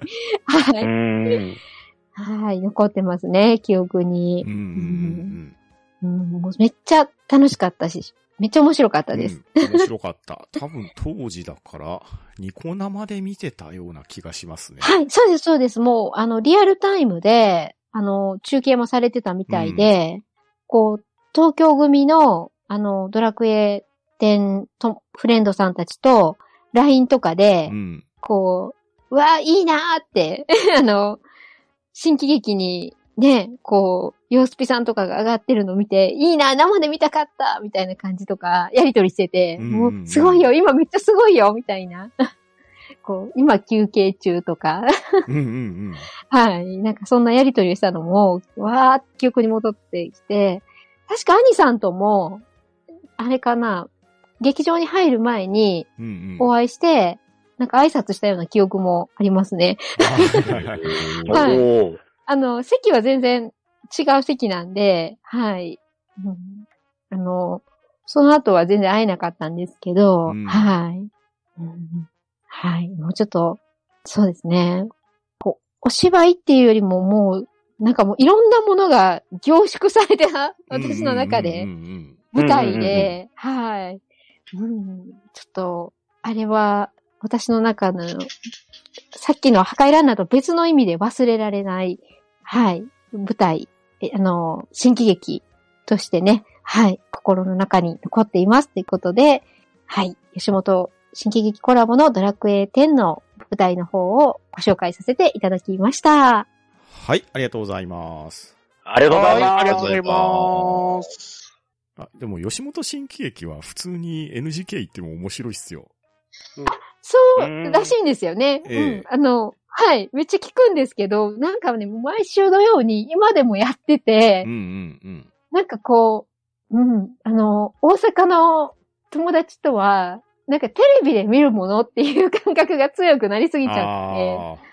はい、残ってますね、記憶に。もうめっちゃ楽しかったし、めっちゃ面白かったです。 面白かった。多分当時だから、ニコ生で見てたような気がしますね。 はい、そうです、そうです。もう、リアルタイムで、中継もされてたみたいで、こう、東京組の、ドラクエ10フレンドさんたちと、LINE とかで、こう、うわ、いいなーって、新喜劇に、ね、こう、ヨースピさんとかが上がってるのを見て、いいな、生で見たかったみたいな感じとか、やりとりしてて、もう、すごいよ、今めっちゃすごいよみたいな。こう、今休憩中とか。はい。なんかそんなやりとりをしたのも、わーって記憶に戻ってきて、確か兄さんとも、あれかな、劇場に入る前に、お会いして、なんか挨拶したような記憶もありますね。はい。席は全然違う席なんで、はい。その後は全然会えなかったんですけど、はい。はい。もうちょっと、そうですね。お芝居っていうよりももう、なんかもういろんなものが凝縮されてた、私の中で、舞台で、はい。ちょっと、あれは、私の中の、さっきの破壊ランナーと別の意味で忘れられない、はい、舞台、新喜劇としてね、はい、心の中に残っていますということで、はい、吉本新喜劇コラボのドラクエ10の舞台の方をご紹介させていただきました。 はい、ありがとうございます。 ありがとうございます。 ありがとうございます。 でも吉本新喜劇は普通に NGK 行っても面白いっすよ。 そうらしいんですよね。はい。めっちゃ聞くんですけど、なんかね、毎週のように今でもやってて、なんかこう、大阪の友達とは、なんかテレビで見るものっていう感覚が強くなりすぎちゃって、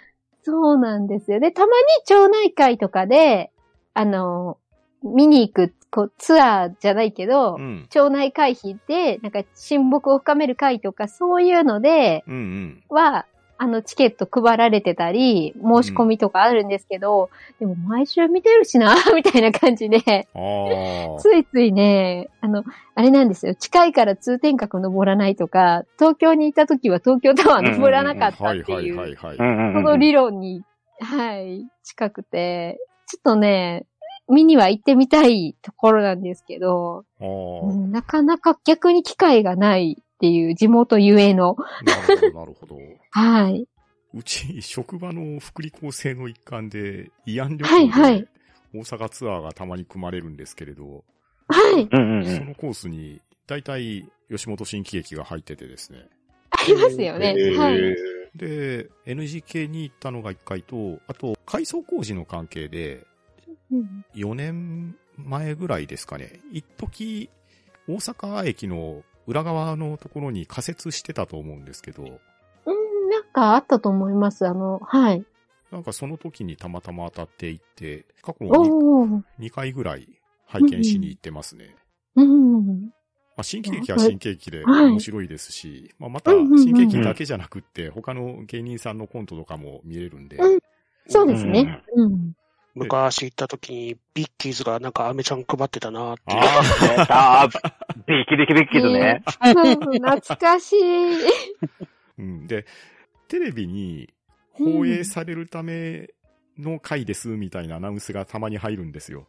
そうなんですよ。で、たまに町内会とかで、見に行く、ツアーじゃないけど、町内会費で、なんか親睦を深める会とか、そういうので、は、チケット配られてたり、申し込みとかあるんですけど、でも毎週見てるしな、みたいな感じで、ついついね、あれなんですよ。近いから通天閣登らないとか、東京にいた時は東京タワー登らなかったっていう、その理論に、はい、近くて、ちょっとね、見には行ってみたいところなんですけど、なかなか逆に機会がないっていう地元ゆえの。 なるほど。 はい。 うち、職場の福利厚生の一環で、慰安旅行で大阪ツアーがたまに組まれるんですけれど、 はい。 そのコースに、だいたい吉本新喜劇が入っててですね。 ありますよね。はい。 で、NGK に行ったのが1回と、あと、改装工事の関係で、4年前ぐらいですかね。一時、大阪駅の裏側のところに仮設してたと思うんですけど。 なんかあったと思います。はい。 なんかその時にたまたま当たっていって、過去に2回ぐらい拝見しに行ってますね。新喜劇は新喜劇で面白いですし、また新喜劇だけじゃなくって他の芸人さんのコントとかも見れるんで。 そうですね。 昔行った時にビッキーズがなんかアメちゃん配ってたなーっていう。 ビキビキビッキーズね。 懐かしい。 で、テレビに放映されるための回ですみたいなアナウンスがたまに入るんですよ。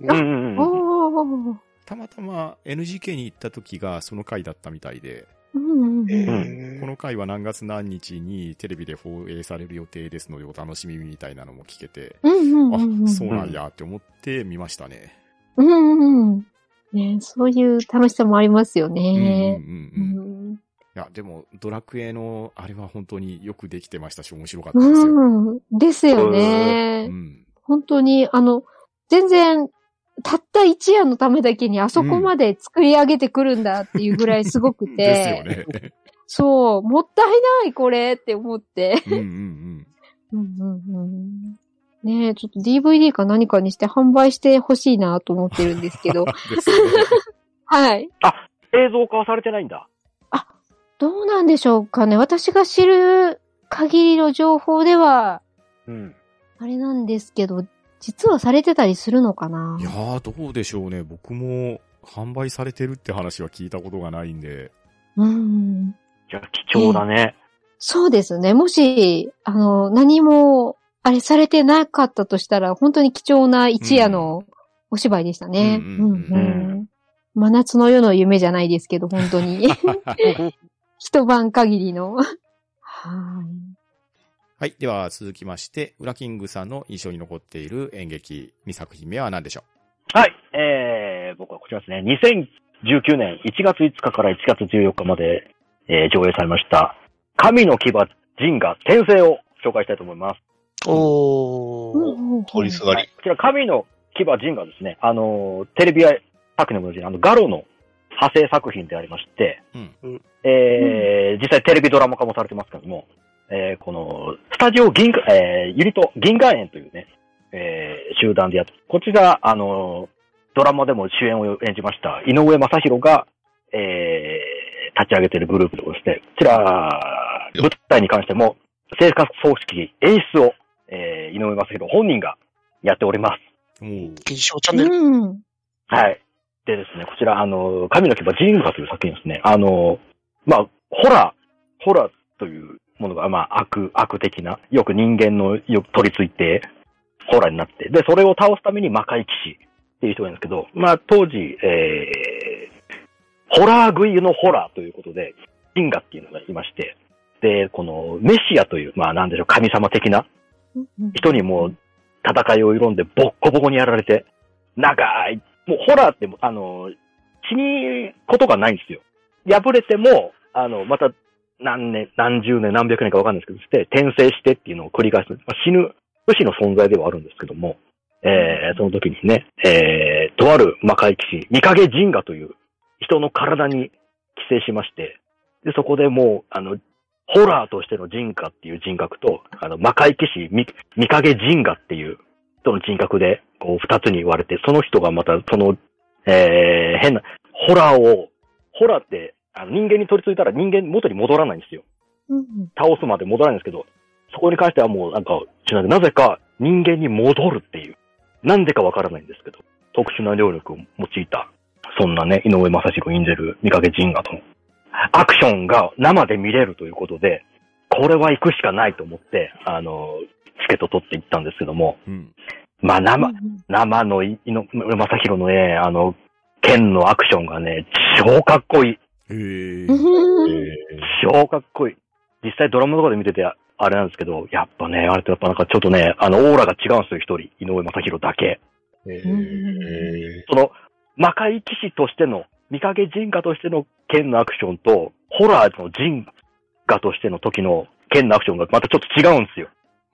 たまたま NGK に行った時がその回だったみたいで、この回は何月何日にテレビで放映される予定ですのでお楽しみみたいなのも聞けて、そうなんやって思って見ましたね。 ね、そういう楽しさもありますよね。 いや、でも、ドラクエの、あれは本当によくできてましたし、面白かったですよ。 ですよね。本当に、全然、たった一夜のためだけにあそこまで作り上げてくるんだっていうぐらいすごくて。 ですよね。 そう、もったいないこれって思って。ねえ、ちょっと DVD か何かにして販売してほしいなと思ってるんですけど。 ですよね。 はい。 映像化はされてないんだ。 どうなんでしょうかね。私が知る限りの情報では、あれなんですけど、実はされてたりするのかな。 いやー、どうでしょうね。僕も販売されてるって話は聞いたことがないんで。 じゃあ貴重だね。 そうですね。もし、何も、あれされてなかったとしたら、本当に貴重な一夜のお芝居でしたね。真夏の夜の夢じゃないですけど、本当に。一晩限りの。 はい。では続きまして、ウラキングさんの印象に残っている演劇2作品目は何でしょう？はい。僕はこちらですね。2019年1月5日から1月14日まで、上映されました、神の牙ジンガ転生を紹介したいと思います。 取りすがり。 こちら神の牙ジンガですね。テレビ作品のうちにガロの派生作品でありまして、実際テレビドラマ化もされてますけども、この、スタジオユニット銀河園というね、集団でやって、こちら、ドラマでも主演を演じました井上正宏が、立ち上げているグループでございまして、こちら、舞台に関しても、制作総指揮、演出を、井上正宏本人がやっております。 検証チャンネル。 はい。でですね、こちら、神の牙ジンガという作品ですね。ホラーというものが、悪的な、よく人間のよく取り付いて、ホラーになって、で、それを倒すために魔界騎士っていう人がいるんですけど、当時、ホラー食いのホラーということで、ジンガっていうのがいまして、で、このメシアという、なんでしょう、神様的な人にも戦いを挑んでボッコボコにやられて、長い、もうホラーって死にことがないんですよ。敗れても、また何十年、何百年かわかんないですけど、転生してっていうのを繰り返す。死ぬ不死の存在ではあるんですけども、その時にね、とある魔界騎士、御影ジンガという人の体に寄生しまして、で、そこでもう、 ホラーとしての人格っていう人格と、魔界騎士、見影人格っていう人の人格で、こう、二つに言われて、その人がまた、変な、ホラーって、人間に取り付いたら人間元に戻らないんですよ。倒すまで戻らないんですけど、そこに関してはもうなんか、なぜか人間に戻るっていう、なんでかわからないんですけど、特殊な能力を用いた、そんなね、井上正宏演じる見影人格のアクションが生で見れるということで、これは行くしかないと思って、チケット取って行ったんですけども、まあ生の井上正宏のね、剣のアクションがね、超かっこいい。超かっこいい。実際ドラマとかで見てて、あれなんですけど、やっぱね、あれとやっぱなんかちょっとね、オーラが違うんですよ、一人。井上正宏だけ。その、魔界騎士としての、見影人画としての剣のアクションと、ホラーの人画としての時の剣のアクションがまたちょっと違うんですよ。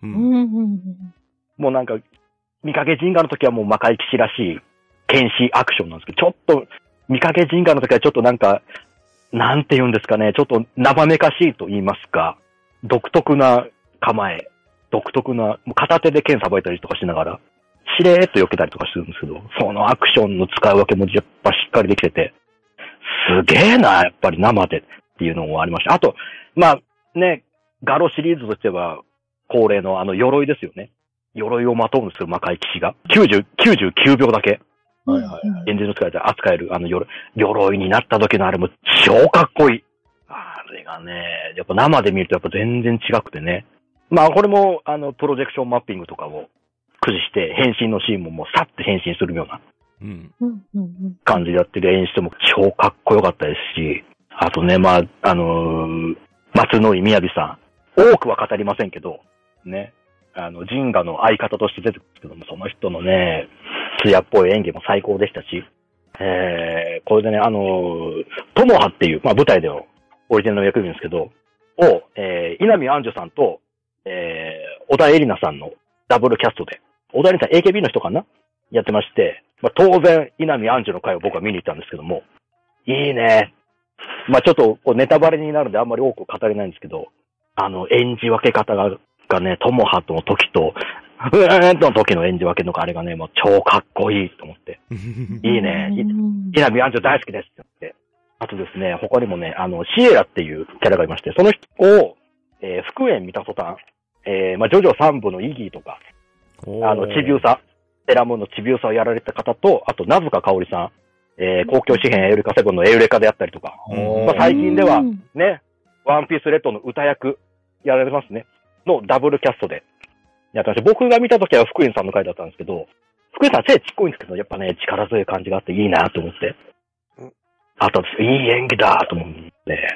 もうなんか、見影人画の時はもう魔界騎士らしい剣士アクションなんですけど、ちょっと、見影人画の時はちょっとなんか、なんて言うんですかね、ちょっと生めかしいと言いますか、独特な構え、独特な、もう片手で剣さばいたりとかしながら、しれーっと避けたりとかするんですけど、そのアクションの使い分けもやっぱしっかりできてて、すげえな、やっぱり生でっていうのもありました。あと、まあね、ガロシリーズとしては恒例の鎧ですよね。鎧をまとうんですよ、魔界騎士が。99秒だけ。現実の使いで扱える鎧になった時のあれも超かっこいい。あれがね、やっぱ生で見るとやっぱ全然違くてね。まあこれもプロジェクションマッピングとかを駆使して変身のシーンももうさって変身するような感じでやってる演出も超かっこよかったですし、あとね、まあ松野井みやびさん、多くは語りませんけど、ね、ジンガの相方として出てくるんですけども、その人のね、艶っぽい演技も最高でしたし、これでね、トモハっていう、まあ舞台でのオリジナルの役なんですけど、稲見杏樹さんと、小田絵里奈さんのダブルキャストで、小田絵里奈さん AKB の人かなやってまして、まあ当然、稲見杏樹の回を僕は見に行ったんですけども、いいね。まあちょっとネタバレになるんであんまり多く語れないんですけど、演じ分け方がね、トモハの時と、の時の演じ分けのあれがね、もう超かっこいいと思って。いいね。稲見杏樹大好きですって言って。あとですね、他にもね、シエラっていうキャラがいまして、その人を、福縁見た途端、まあ、ジョジョ3部のイギーとか、チビウサ、セラムーンのチビウサをやられた方と、あと、名塚香織さん、公共紙幣エウレカセブンのエウレカであったりとか、まあ、最近では、ね、ワンピースレッドの歌役やられますね、のダブルキャストでやってました。僕が見た時は福縁さんの回だったんですけど、福縁さん背ちっこいんですけど、やっぱね、力強い感じがあっていいなと思って。あと、いい演技だと思って。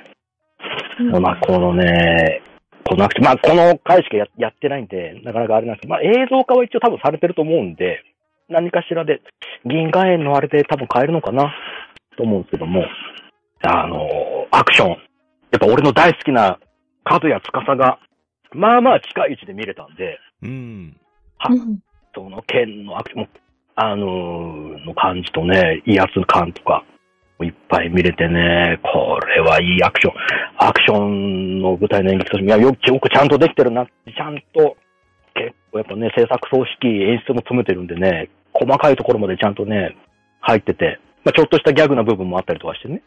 まあ、このね、このアクション、まあ、この回しかやってないんで、なかなかあれなんですけど、まあ、映像化は一応多分されてると思うんで、何かしらで、銀河園のあれで多分変えるのかなと思うんですけども、アクション。やっぱ俺の大好きな角谷司が、まあまあ近い位置で見れたんで、その剣のアクション、の感じとね、威圧感とか、いっぱい見れてね、これはいいアクションの舞台の演劇として、いや、よくちゃんとできてるな、ちゃんと、結構やっぱね、制作総指揮、演出も詰めてるんでね、細かいところまでちゃんとね、入ってて、まあ、ちょっとしたギャグな部分もあったりとかしてね、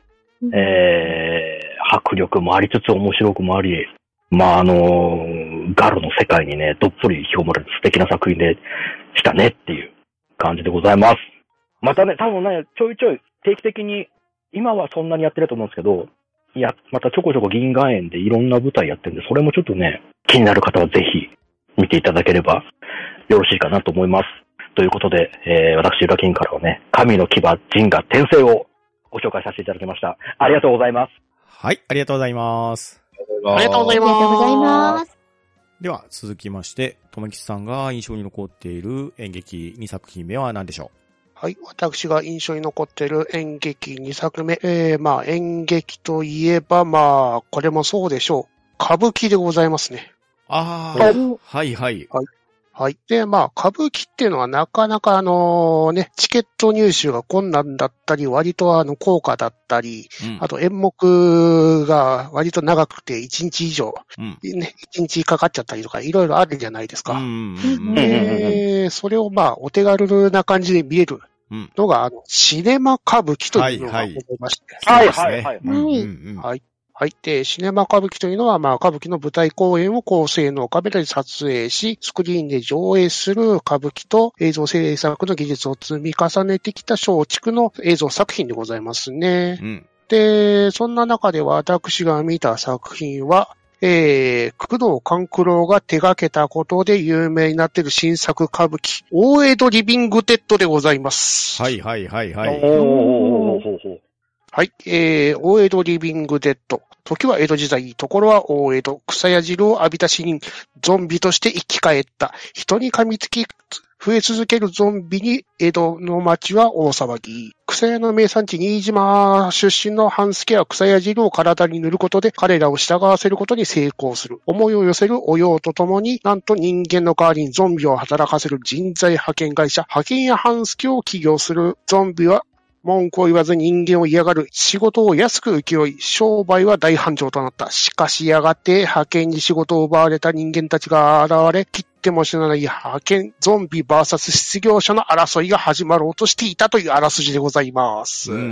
迫力もありつつ面白くもあり、まあガロの世界にね、どっぷり表現される素敵な作品でしたねっていう感じでございます。またね、多分ね、ちょいちょい定期的に、今はそんなにやってると思うんですけど、いや、またちょこちょこ銀河園でいろんな舞台やってるんで、それもちょっとね、気になる方はぜひ見ていただければよろしいかなと思います。ということで、私、浦金からはね、神の牙、ジンガ、転生をご紹介させていただきました。ありがとうございます。 はい、ありがとうございます。 ありがとうございます。 ありがとうございます。 では、続きまして、とめきちさんが印象に残っている演劇2作品目は何でしょう？ はい。私が印象に残っている演劇2作目。まあ、演劇といえば、まあ、これもそうでしょう。歌舞伎でございますね。 ああ、はいはい。 はい。 はい。で、まあ、歌舞伎っていうのはなかなかチケット入手が困難だったり、割と高価だったり、あと演目が割と長くて1日以上、ね、1日かかっちゃったりとか、いろいろあるじゃないですか。で、それをまあ、お手軽な感じで見えるのが、シネマ歌舞伎というのがございまして。 はいはいはい。 はい。はい。で、シネマ歌舞伎というのは、まあ、歌舞伎の舞台公演を高性能カメラで撮影し、スクリーンで上映する歌舞伎と映像制作の技術を積み重ねてきた松竹の映像作品でございますね。で、そんな中で私が見た作品は、工藤官九郎が手掛けたことで有名になっている新作歌舞伎、大江戸リビングデッドでございます。 はいはいはいはい。 はい。大江戸リビングデッド。時は江戸時代、ところは大江戸。草矢汁を浴びた死人、ゾンビとして生き返った。人に噛みつき、増え続けるゾンビに江戸の町は大騒ぎ。草屋の名産地新島出身の半助は草矢汁を体に塗ることで彼らを従わせることに成功する。思いを寄せるお葉とともに、なんと人間の代わりにゾンビを働かせる人材派遣会社、派遣や半助を起業するゾンビは、文句を言わず人間を嫌がる。仕事を安く請負い、商売は大繁盛となった。しかしやがて派遣に仕事を奪われた人間たちが現れ、切っても死なない派遣ゾンビ VS 失業者の争いが始まろうとしていたというあらすじでございます。はい、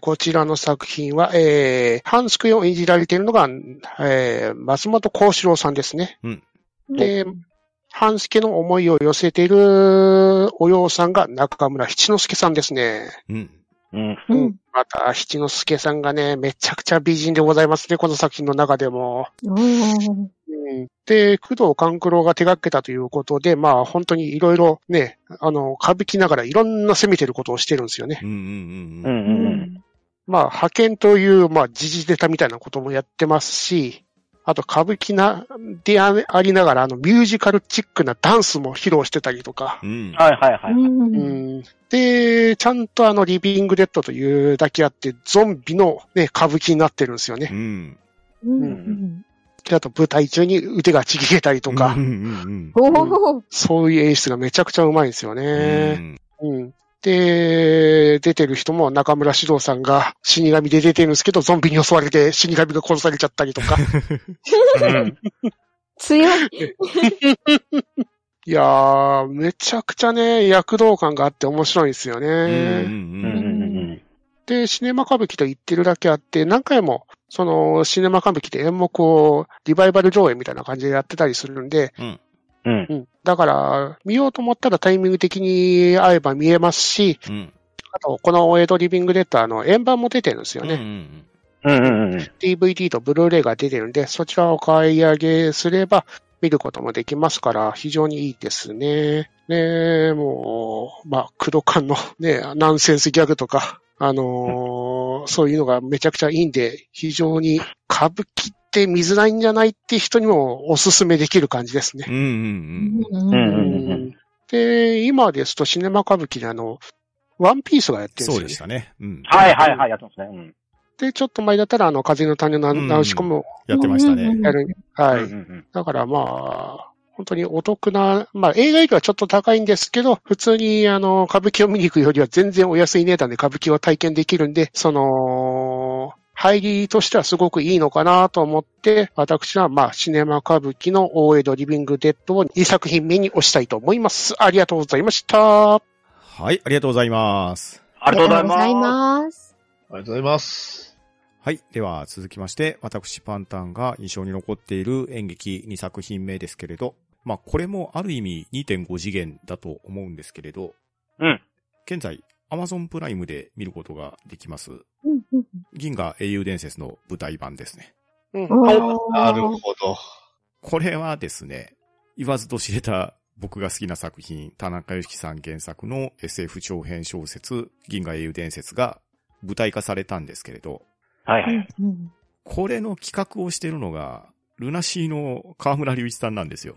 こちらの作品は、半助を演じられているのが、松本幸四郎さんですね。で、半助の思いを寄せているお嬢さんが中村七之助さんですね。また、七之助さんがね、めちゃくちゃ美人でございますね、この作品の中でも。で、工藤官九郎が手掛けたということで、まあ本当にいろいろね、歌舞伎ながらいろんな攻めてることをしてるんですよね。まあ派遣という、まあ時事ネタみたいなこともやってますし、あと歌舞伎でありながらミュージカルチックなダンスも披露してたりとか。で、ちゃんとリビングデッドというだけあってゾンビのね、歌舞伎になってるんですよね。あと舞台中に腕がちぎれたりとか。そういう演出がめちゃくちゃうまいんですよね。で、出てる人も中村獅童さんが死神で出てるんですけど、ゾンビに襲われて死神が殺されちゃったりとか。 強い。 いやー、めちゃくちゃね、躍動感があって面白いんですよね。で、シネマ歌舞伎と言ってるだけあって、何回も、シネマ歌舞伎で演目をリバイバル上映みたいな感じでやってたりするんで、だから、見ようと思ったらタイミング的に合えば見えますし、あと、この大江戸リビングデッド円盤も出てるんですよね。DVD とブルーレイが出てるんで、そちらを買い上げすれば見ることもできますから、非常にいいですね。ね、もう、まあ、工藤館のね、ナンセンスギャグとか、そういうのがめちゃくちゃいいんで、非常に歌舞伎って見づらいんじゃないって人にもおすすめできる感じですね。で、今ですとシネマ歌舞伎でワンピースがやってるんですよね。 そうでしたね。 やってますね。 で、ちょっと前だったら風の谷のナウシコもやってましたね。 だからまあ、本当にお得な、まあ映画よりはちょっと高いんですけど、普通に歌舞伎を見に行くよりは全然お安い値段で歌舞伎を体験できるんで、入りとしてはすごくいいのかなと思って、私はまあシネマ歌舞伎の大江戸リビングデッドを2作品目に推したいと思います。ありがとうございました。 はい、ありがとうございます。 ありがとうございます。 ありがとうございます。 はい。では続きまして、私パンタンが印象に残っている演劇2作品目ですけれど、まあこれもある意味 2.5 次元だと思うんですけれど、現在 Amazon プライムで見ることができます。銀河英雄伝説の舞台版ですね。 なるほど。 これはですね、言わずと知れた僕が好きな作品、田中良樹さん原作の SF 長編小説、銀河英雄伝説が舞台化されたんですけれど、これの企画をしているのが、ルナシーの河村隆一さんなんですよ。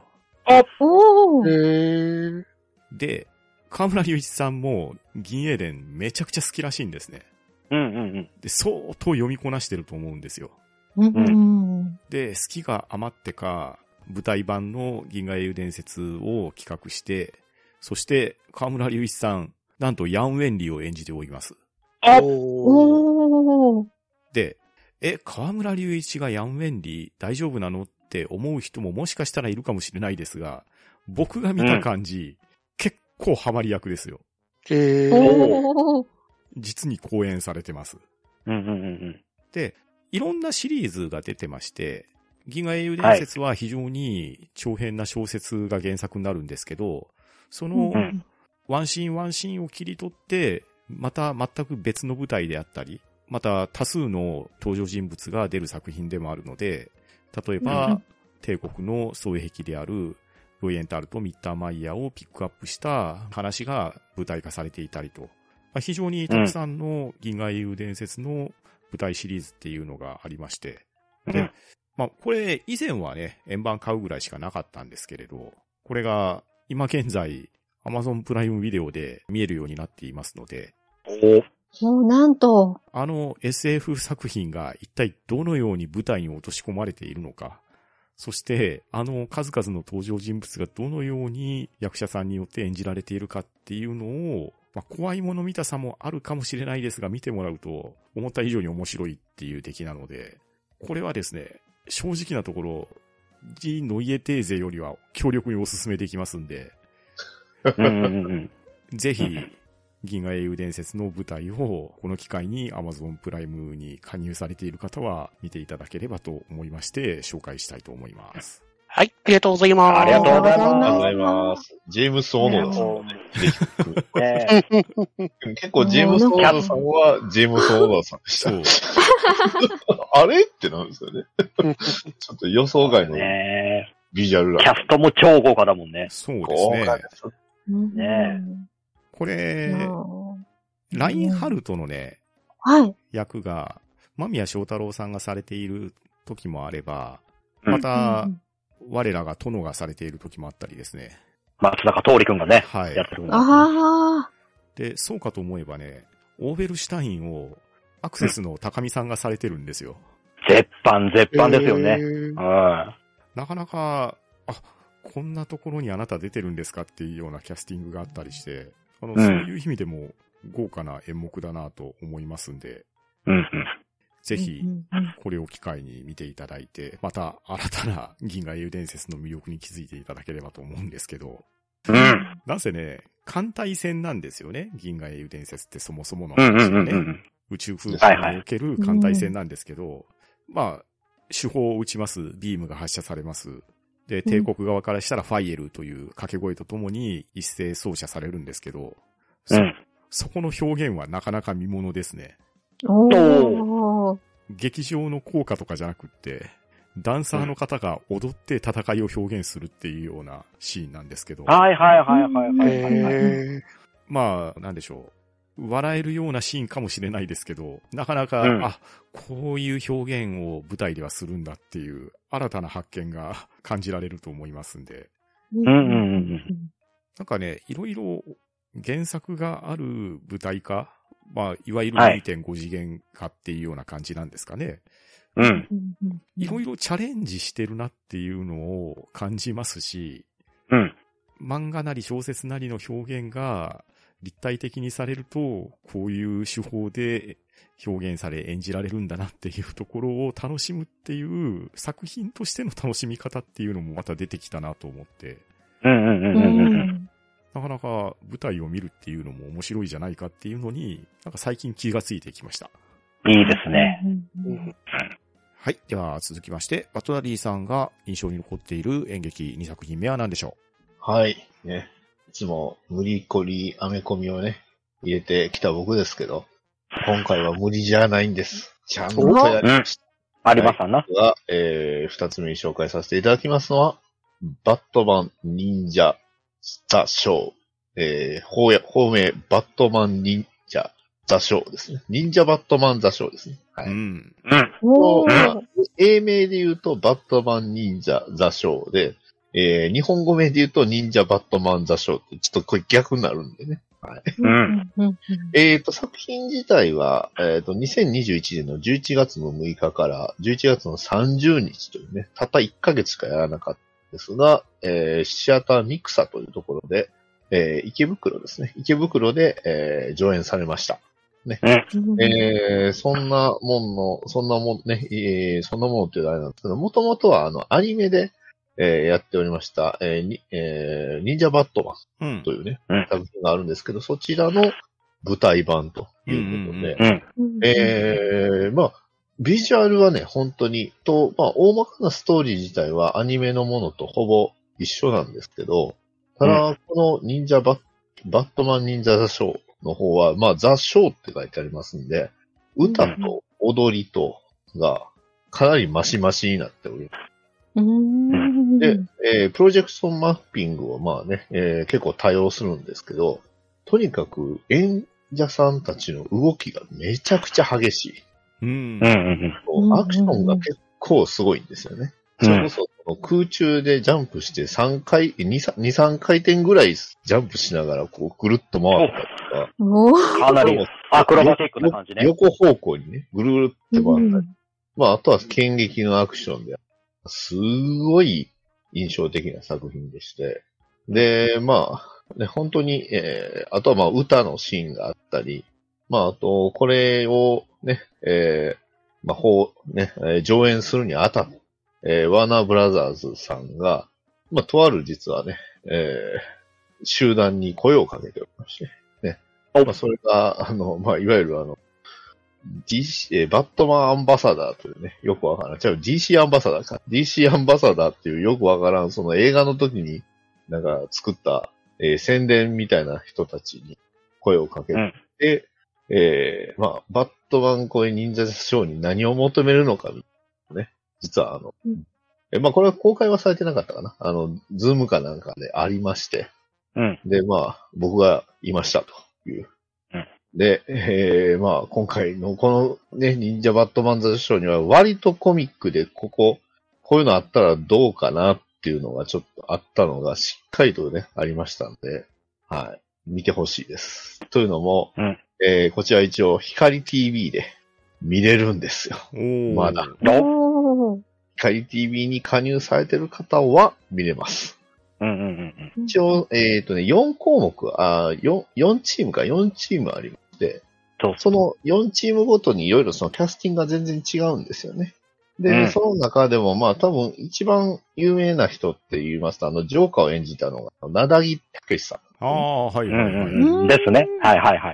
で、河村隆一さんも銀英伝めちゃくちゃ好きらしいんですね。で、相当読みこなしてると思うんですよ。で、好きが余ってか、 舞台版の銀河英雄伝説を企画して、そして河村隆一さん、なんとヤン・ウェンリーを演じております。 おー。 で、河村隆一がヤン・ウェンリー大丈夫なのって思う人ももしかしたらいるかもしれないですが、僕が見た感じ、結構ハマり役ですよ。実に好演されてます。で、いろんなシリーズが出てまして、銀河英雄伝説は非常に長編な小説が原作になるんですけど、そのワンシーンワンシーンを切り取って、また全く別の舞台であったり、また多数の登場人物が出る作品でもあるので、例えば、帝国の双璧であるロイエンタールとミッターマイヤーをピックアップした話が舞台化されていたりと、非常にたくさんの銀河英雄伝説の舞台シリーズっていうのがありまして、で、これ以前はね、円盤買うぐらいしかなかったんですけれど、これが今現在 Amazon プライムビデオで見えるようになっていますので、 なんと。 SF 作品が一体どのように舞台に落とし込まれているのか、そして数々の登場人物がどのように役者さんによって演じられているかっていうのを、怖いもの見たさもあるかもしれないですが、見てもらうと思った以上に面白いっていう出来なので、これはですね、正直なところ、G ノイエテーゼよりは強力にお勧めできますんで、ぜひ、銀河英雄伝説の舞台をこの機会に Amazon プライムに加入されている方は見ていただければと思いまして紹介したいと思います。 はい、ありがとうございます。 ありがとうございます。 ありがとうございます。ジェームス・オノダさん、結構ジェームス・オノダさんはジェームス・オノダさんでした。あれってなんですよね。ちょっと予想外のビジュアルキャストも超豪華だもんね。 そうですね。 豪華ですね。 これ、ラインハルトのね、役が、間宮祥太朗さんがされている時もあれば、また、我らが殿がされている時もあったりですね。 松坂桃李くんがね、やってるんです。で、そうかと思えばね、オーベルシュタインをアクセスの高見さんがされてるんですよ。 絶版ですよね。 なかなか、こんなところにあなた出てるんですかっていうようなキャスティングがあったりして、そういう意味でも豪華な演目だなと思いますんで、ぜひ、これを機会に見ていただいて、また新たな銀河英雄伝説の魅力に気づいていただければと思うんですけど、なぜね、艦隊戦なんですよね、銀河英雄伝説ってそもそもの話がね。宇宙空間における艦隊戦なんですけど、手法を撃ちます、ビームが発射されます。で、帝国側からしたらファイエルという掛け声とともに一斉奏者されるんですけど、そこの表現はなかなか見ものですね。劇場の効果とかじゃなくって、ダンサーの方が踊って戦いを表現するっていうようなシーンなんですけど。なんでしょう。笑えるようなシーンかもしれないですけど、なかなか、こういう表現を舞台ではするんだっていう新たな発見が感じられると思いますんで。なんかね、いろいろ原作がある舞台化、いわゆる 2.5 次元化っていうような感じなんですかね。いろいろチャレンジしてるなっていうのを感じますし、漫画なり小説なりの表現が立体的にされると、こういう手法で表現され演じられるんだなっていうところを楽しむっていう作品としての楽しみ方っていうのもまた出てきたなと思って。なかなか舞台を見るっていうのも面白いじゃないかっていうのに、なんか最近気がついてきました。 いいですね。 はい。では続きまして、バトラリーさんが印象に残っている演劇2作品目は何でしょう？はい。ね。いつも無理こり、アメコミをね、入れてきた僕ですけど、今回は無理じゃないんです。ちゃんとやりました。 ありましたな。 二つ目に紹介させていただきますのは、バットマン忍者ザ・ショー。方名、バットマン忍者ザ・ショーですね。忍者バットマンザ・ショーですね。はい。英名で言うと、バットマン忍者ザ・ショーで、日本語名で言うと、忍者バットマンザ・ショーって、ちょっとこれ逆になるんでね。はい。作品自体は、2021年の11月の6日から11月の30日というね、たった1ヶ月しかやらなかっですが、シアターミクサというところで、池袋ですね。池袋で、上演されました。ね。そんなもんね、そんなものっていうのはあれなんですけど、もともとはアニメで、やっておりました、忍者バットマンというね、作品があるんですけど、そちらの舞台版ということで、まあ、ビジュアルはね、本当に、まあ、大まかなストーリー自体はアニメのものとほぼ一緒なんですけど、ただ、このバットマン忍者ザショーの方は、まあ、ザショーって書いてありますんで、歌と踊りとがかなりマシマシになっております。で、プロジェクションマッピングはまあね、結構多用するんですけど、とにかく演者さんたちの動きがめちゃくちゃ激しい。アクションが結構すごいんですよね。それこそ空中でジャンプして2、3回転ぐらいジャンプしながらこうぐるっと回ったりとか。かなりアクロバティックな感じね。 横方向にね、ぐるって回ったり。まあ、あとは剣撃のアクションで、すごい印象的な作品でして。で、まあ、ね、本当に、あとはまあ歌のシーンがあったり、まあ、あと、これをね、まあ、上演するにあたって、ワーナーブラザーズさんが、まあ、とある実はね、集団に声をかけておりまして、ね。まあ、それが、まあ、いわゆるバットマンアンバサダーというね、よくわからん。DC アンバサダーか。DC アンバサダーっていうよくわからん、その映画の時になんか作った、宣伝みたいな人たちに声をかけて、まあ、バットマン声忍者ショーに何を求めるのか、ね。実はまあ、これは公開はされてなかったかな。ズームかなんかでありまして。で、まあ、僕がいましたという。で、まあ、今回のこのね、忍者バットマンザショーには割とコミックでこういうのあったらどうかなっていうのがちょっとあったのがしっかりとね、ありましたんで、はい。見てほしいです。というのも、こちら一応光 TV で見れるんですよ。まだ。光 TV に加入されてる方は見れます。一応、4項目、4チームか、4チームありまして、その4チームごとにいろいろそのキャスティングが全然違うんですよね。で、その中でも、まあ多分一番有名な人って言いますと、ジョーカーを演じたのが、なだぎたけしさん。 はい。 ですね。はい。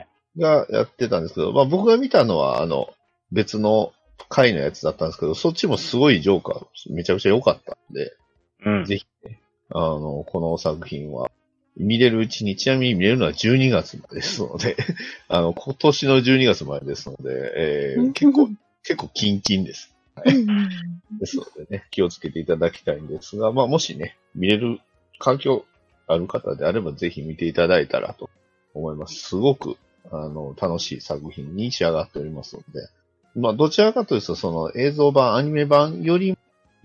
がやってたんですけど、まあ僕が見たのは、別の回のやつだったんですけど、そっちもすごいジョーカー、めちゃくちゃ良かったんで、ぜひね、この作品は、見れるうちに、ちなみに見れるのは12月までですので、今年の12月までですので、結構キンキンです。はい。ですのでね、気をつけていただきたいんですが、まあもしね、見れる環境ある方であればぜひ見ていただいたらと思います。すごく、楽しい作品に仕上がっておりますので、まあどちらかというと、その映像版、アニメ版より、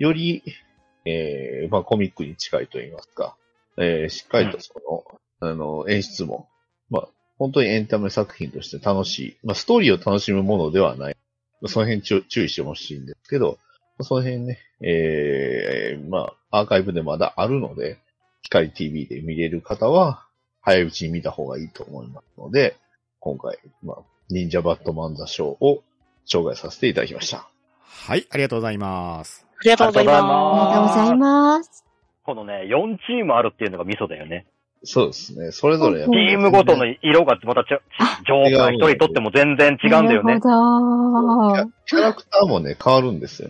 まあコミックに近いと言いますか、しっかりと演出も、まあ本当にエンタメ作品として楽しい、まあストーリーを楽しむものではない。その辺注意してほしいんですけど、その辺ね、まあアーカイブでまだあるので、光 TV で見れる方は、早いうちに見た方がいいと思いますので、今回、まあ、忍者バットマンザショーを紹介させていただきました。 はい、ありがとうございます。 ありがとうございます。 ありがとうございます。 このね、4チームあるっていうのがミソだよね。 そうですね。それぞれ。 チームごとの色がまたジョーカー一人とっても全然違うんだよね。 キャラクターもね、変わるんですよ。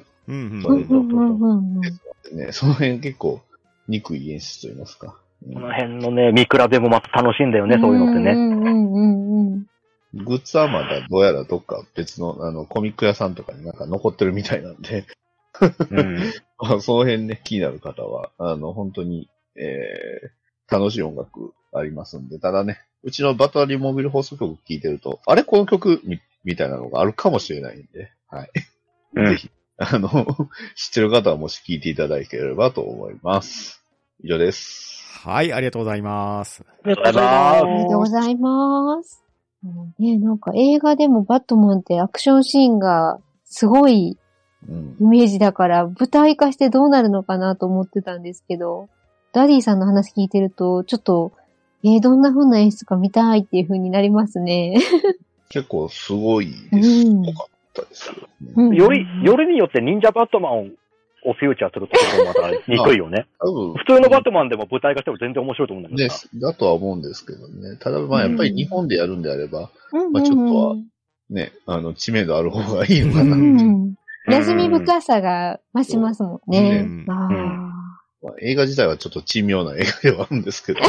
その辺結構、憎い演出と言いますか。 この辺のね、見比べもまた楽しいんだよね、そういうのってね。 グッズはまだどうやらどっか別の、コミック屋さんとかになんか残ってるみたいなんで、その辺ね、気になる方は、本当に、楽しい音楽ありますんで、ただね、うちのバトリーモビル放送局聴いてると、あれこの曲みたいなのがあるかもしれないんで、はい。ぜひ、知ってる方はもし聴いていただければと思います。以上です。 はい、ありがとうございます。 ありがとうございます。ありがとうございます。ね、なんか映画でもバットマンってアクションシーンがすごいイメージだから、舞台化してどうなるのかなと思ってたんですけど、ダディさんの話聞いてると、ちょっと、どんな風な演出か見たいっていう風になりますね。 結構すごいです。よかったですよね。 よりによって忍者バットマンをフューチャーするところもまた憎いよね。 多分普通のバットマンでも舞台化しても全然面白いと思うんだけどさ。 だとは思うんですけどね。ただまあやっぱり日本でやるんであれば、まあちょっとはね、知名度ある方がいいのかな。 馴染み深さが増しますもんね。 映画自体はちょっと珍妙な映画ではあるんですけど。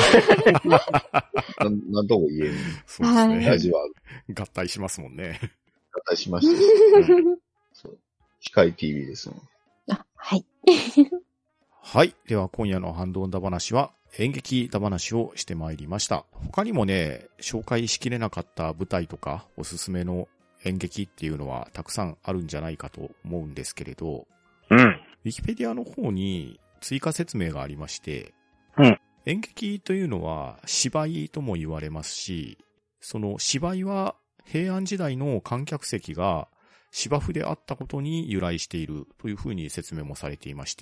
なんとも言えん。 そうですね。 味はある。 合体しますもんね。 合体しましたね。機械 TV ですもん。 はい。 はい。では今夜のハンドンダ話は演劇ダ話をしてまいりました。他にもね、紹介しきれなかった舞台とかおすすめの演劇っていうのはたくさんあるんじゃないかと思うんですけれど、ウィキペディアの方に追加説明がありまして、演劇というのは芝居とも言われますし、その芝居は平安時代の観客席が芝生であったことに由来しているというふうに説明もされていまして、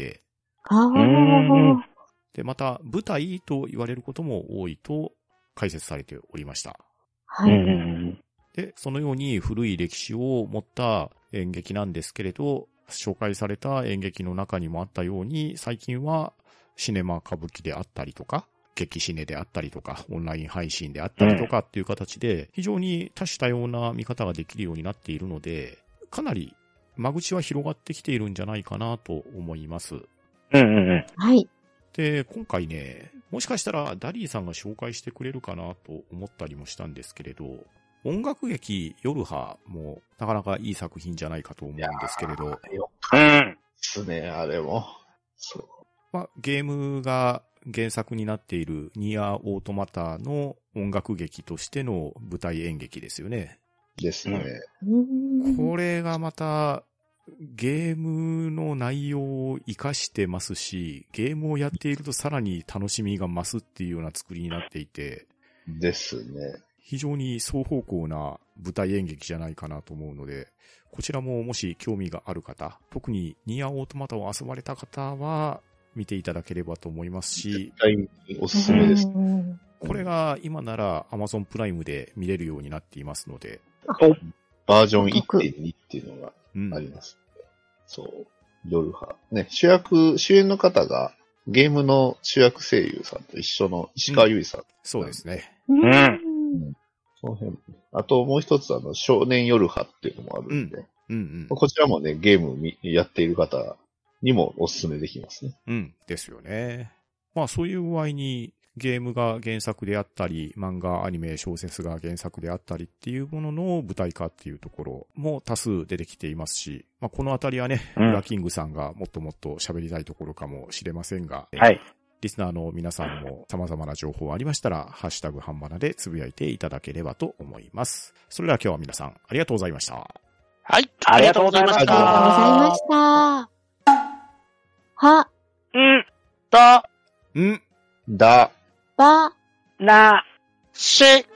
で、また舞台と言われることも多いと解説されておりました。で、そのように古い歴史を持った演劇なんですけれど、紹介された演劇の中にもあったように、最近はシネマ歌舞伎であったりとか、劇シネであったりとか、オンライン配信であったりとかっていう形で、非常に多種多様な見方ができるようになっているので、かなり間口は広がってきているんじゃないかなと思います。 はい。 で、今回ね、もしかしたらダリーさんが紹介してくれるかなと思ったりもしたんですけれど、音楽劇夜葉もなかなかいい作品じゃないかと思うんですけれど。 ですね、あれも。そう。 まあ、ゲームが原作になっているニア・オートマタの音楽劇としての舞台演劇ですよね。 ですね。 これがまたゲームの内容を活かしてますし、ゲームをやっているとさらに楽しみが増すっていうような作りになっていて。 ですね。 非常に双方向な舞台演劇じゃないかなと思うので、こちらももし興味がある方、特にニアオートマタを遊ばれた方は見ていただければと思いますし、 絶対におすすめです。 これが今なら Amazon プライムで見れるようになっていますので、 バージョン 1.2 っていうのがあります。そう。夜葉。ね、主演の方がゲームの主役声優さんと一緒の石川由依さん。 そうですね。 その辺。あともう一つ少年夜葉っていうのもあるんで、こちらもね、ゲームやっている方にもお勧めできますね。 ですよね。まあそういう具合にゲームが原作であったり、漫画、アニメ、小説が原作であったりっていうものの舞台化っていうところも多数出てきていますし、まあこのあたりはね、ウラキングさんがもっともっと喋りたいところかもしれませんが、リスナーの皆さんも様々な情報ありましたら、ハッシュタグハンバナでつぶやいていただければと思います。それでは今日は皆さんありがとうございました。 はい。ありがとうございました。 ありがとうございました。は、 た、 だ、 ば、 な、 せ、